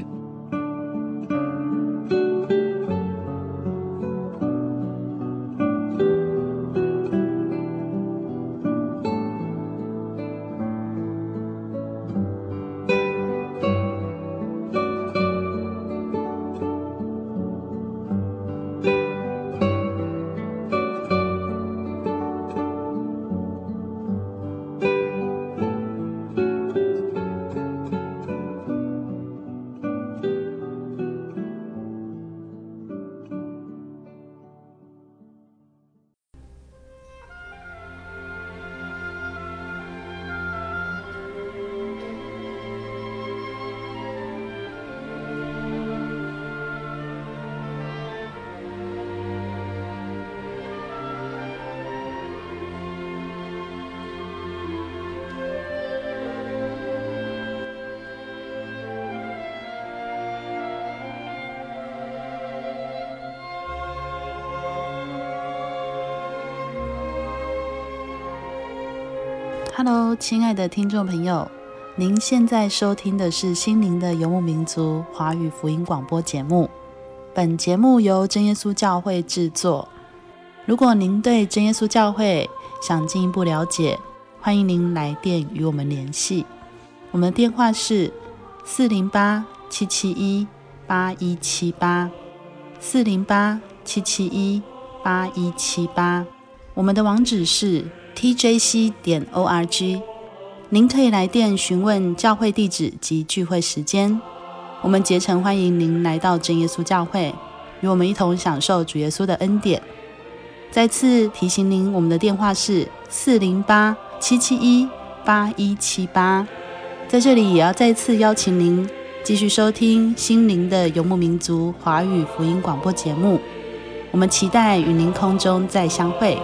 Hello， 亲爱的听众朋友，您现在收听的是心灵的游牧民族华语福音广播节目。本节目由真耶稣教会制作。如果您对真耶稣教会想进一步了解，欢迎您来电与我们联系。我们的电话是四零八七七一八一七八，四零八七七一八一七八。我们的网址是 T J C 点 O R G， 您可以来电询问教会地址及聚会时间。我们竭诚欢迎您来到真耶稣教会，与我们一同享受主耶稣的恩典。再次提醒您，我们的电话是四零八七七一八一七八。在这里也要再次邀请您继续收听心灵的游牧民族华语福音广播节目，我们期待与您空中再相会。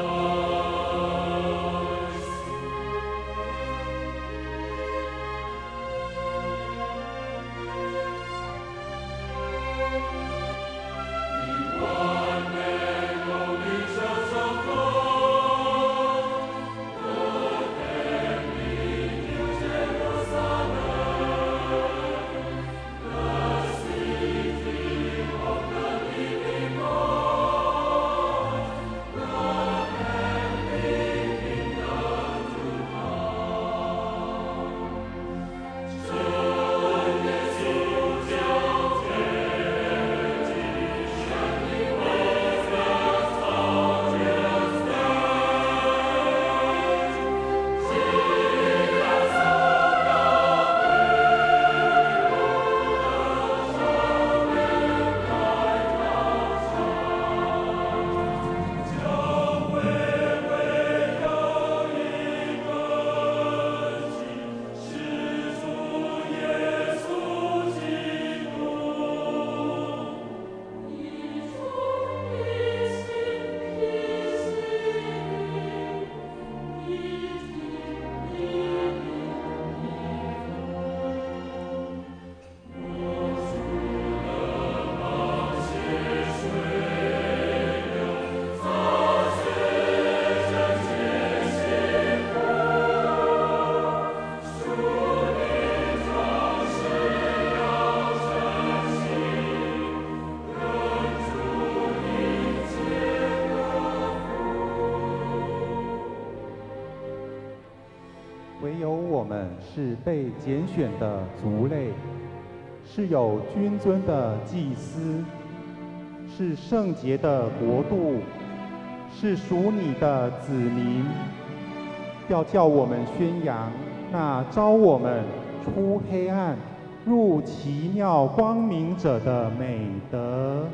是被拣选的族类，是有君尊的祭司，是圣洁的国度，是属你的子民，要叫我们宣扬那招我们出黑暗入奇妙光明者的美德。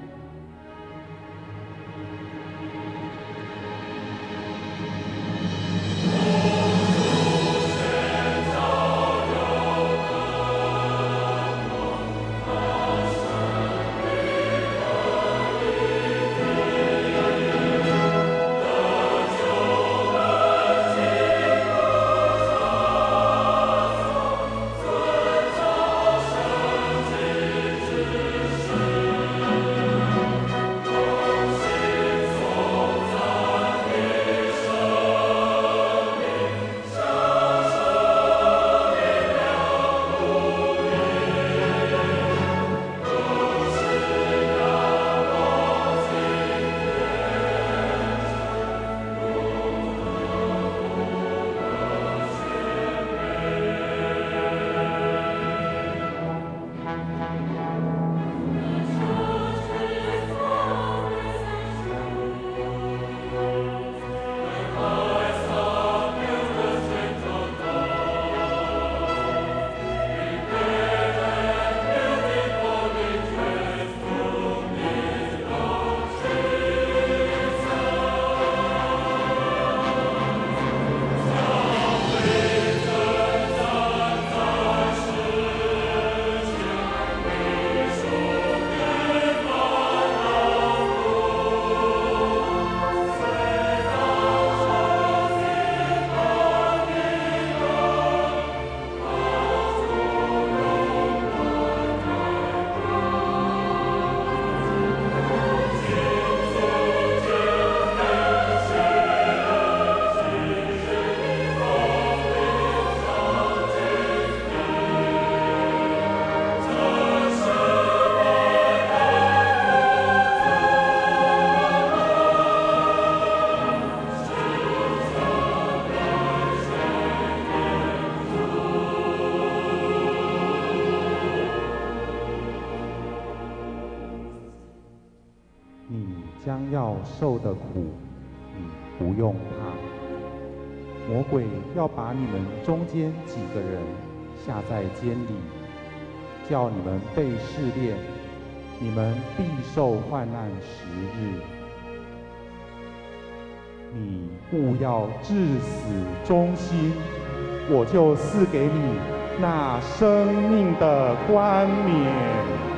将要受的苦，你不用怕。魔鬼要把你们中间几个人下在监里，叫你们被试炼，你们必受患难十日。你务要至死忠心，我就赐给你那生命的冠冕。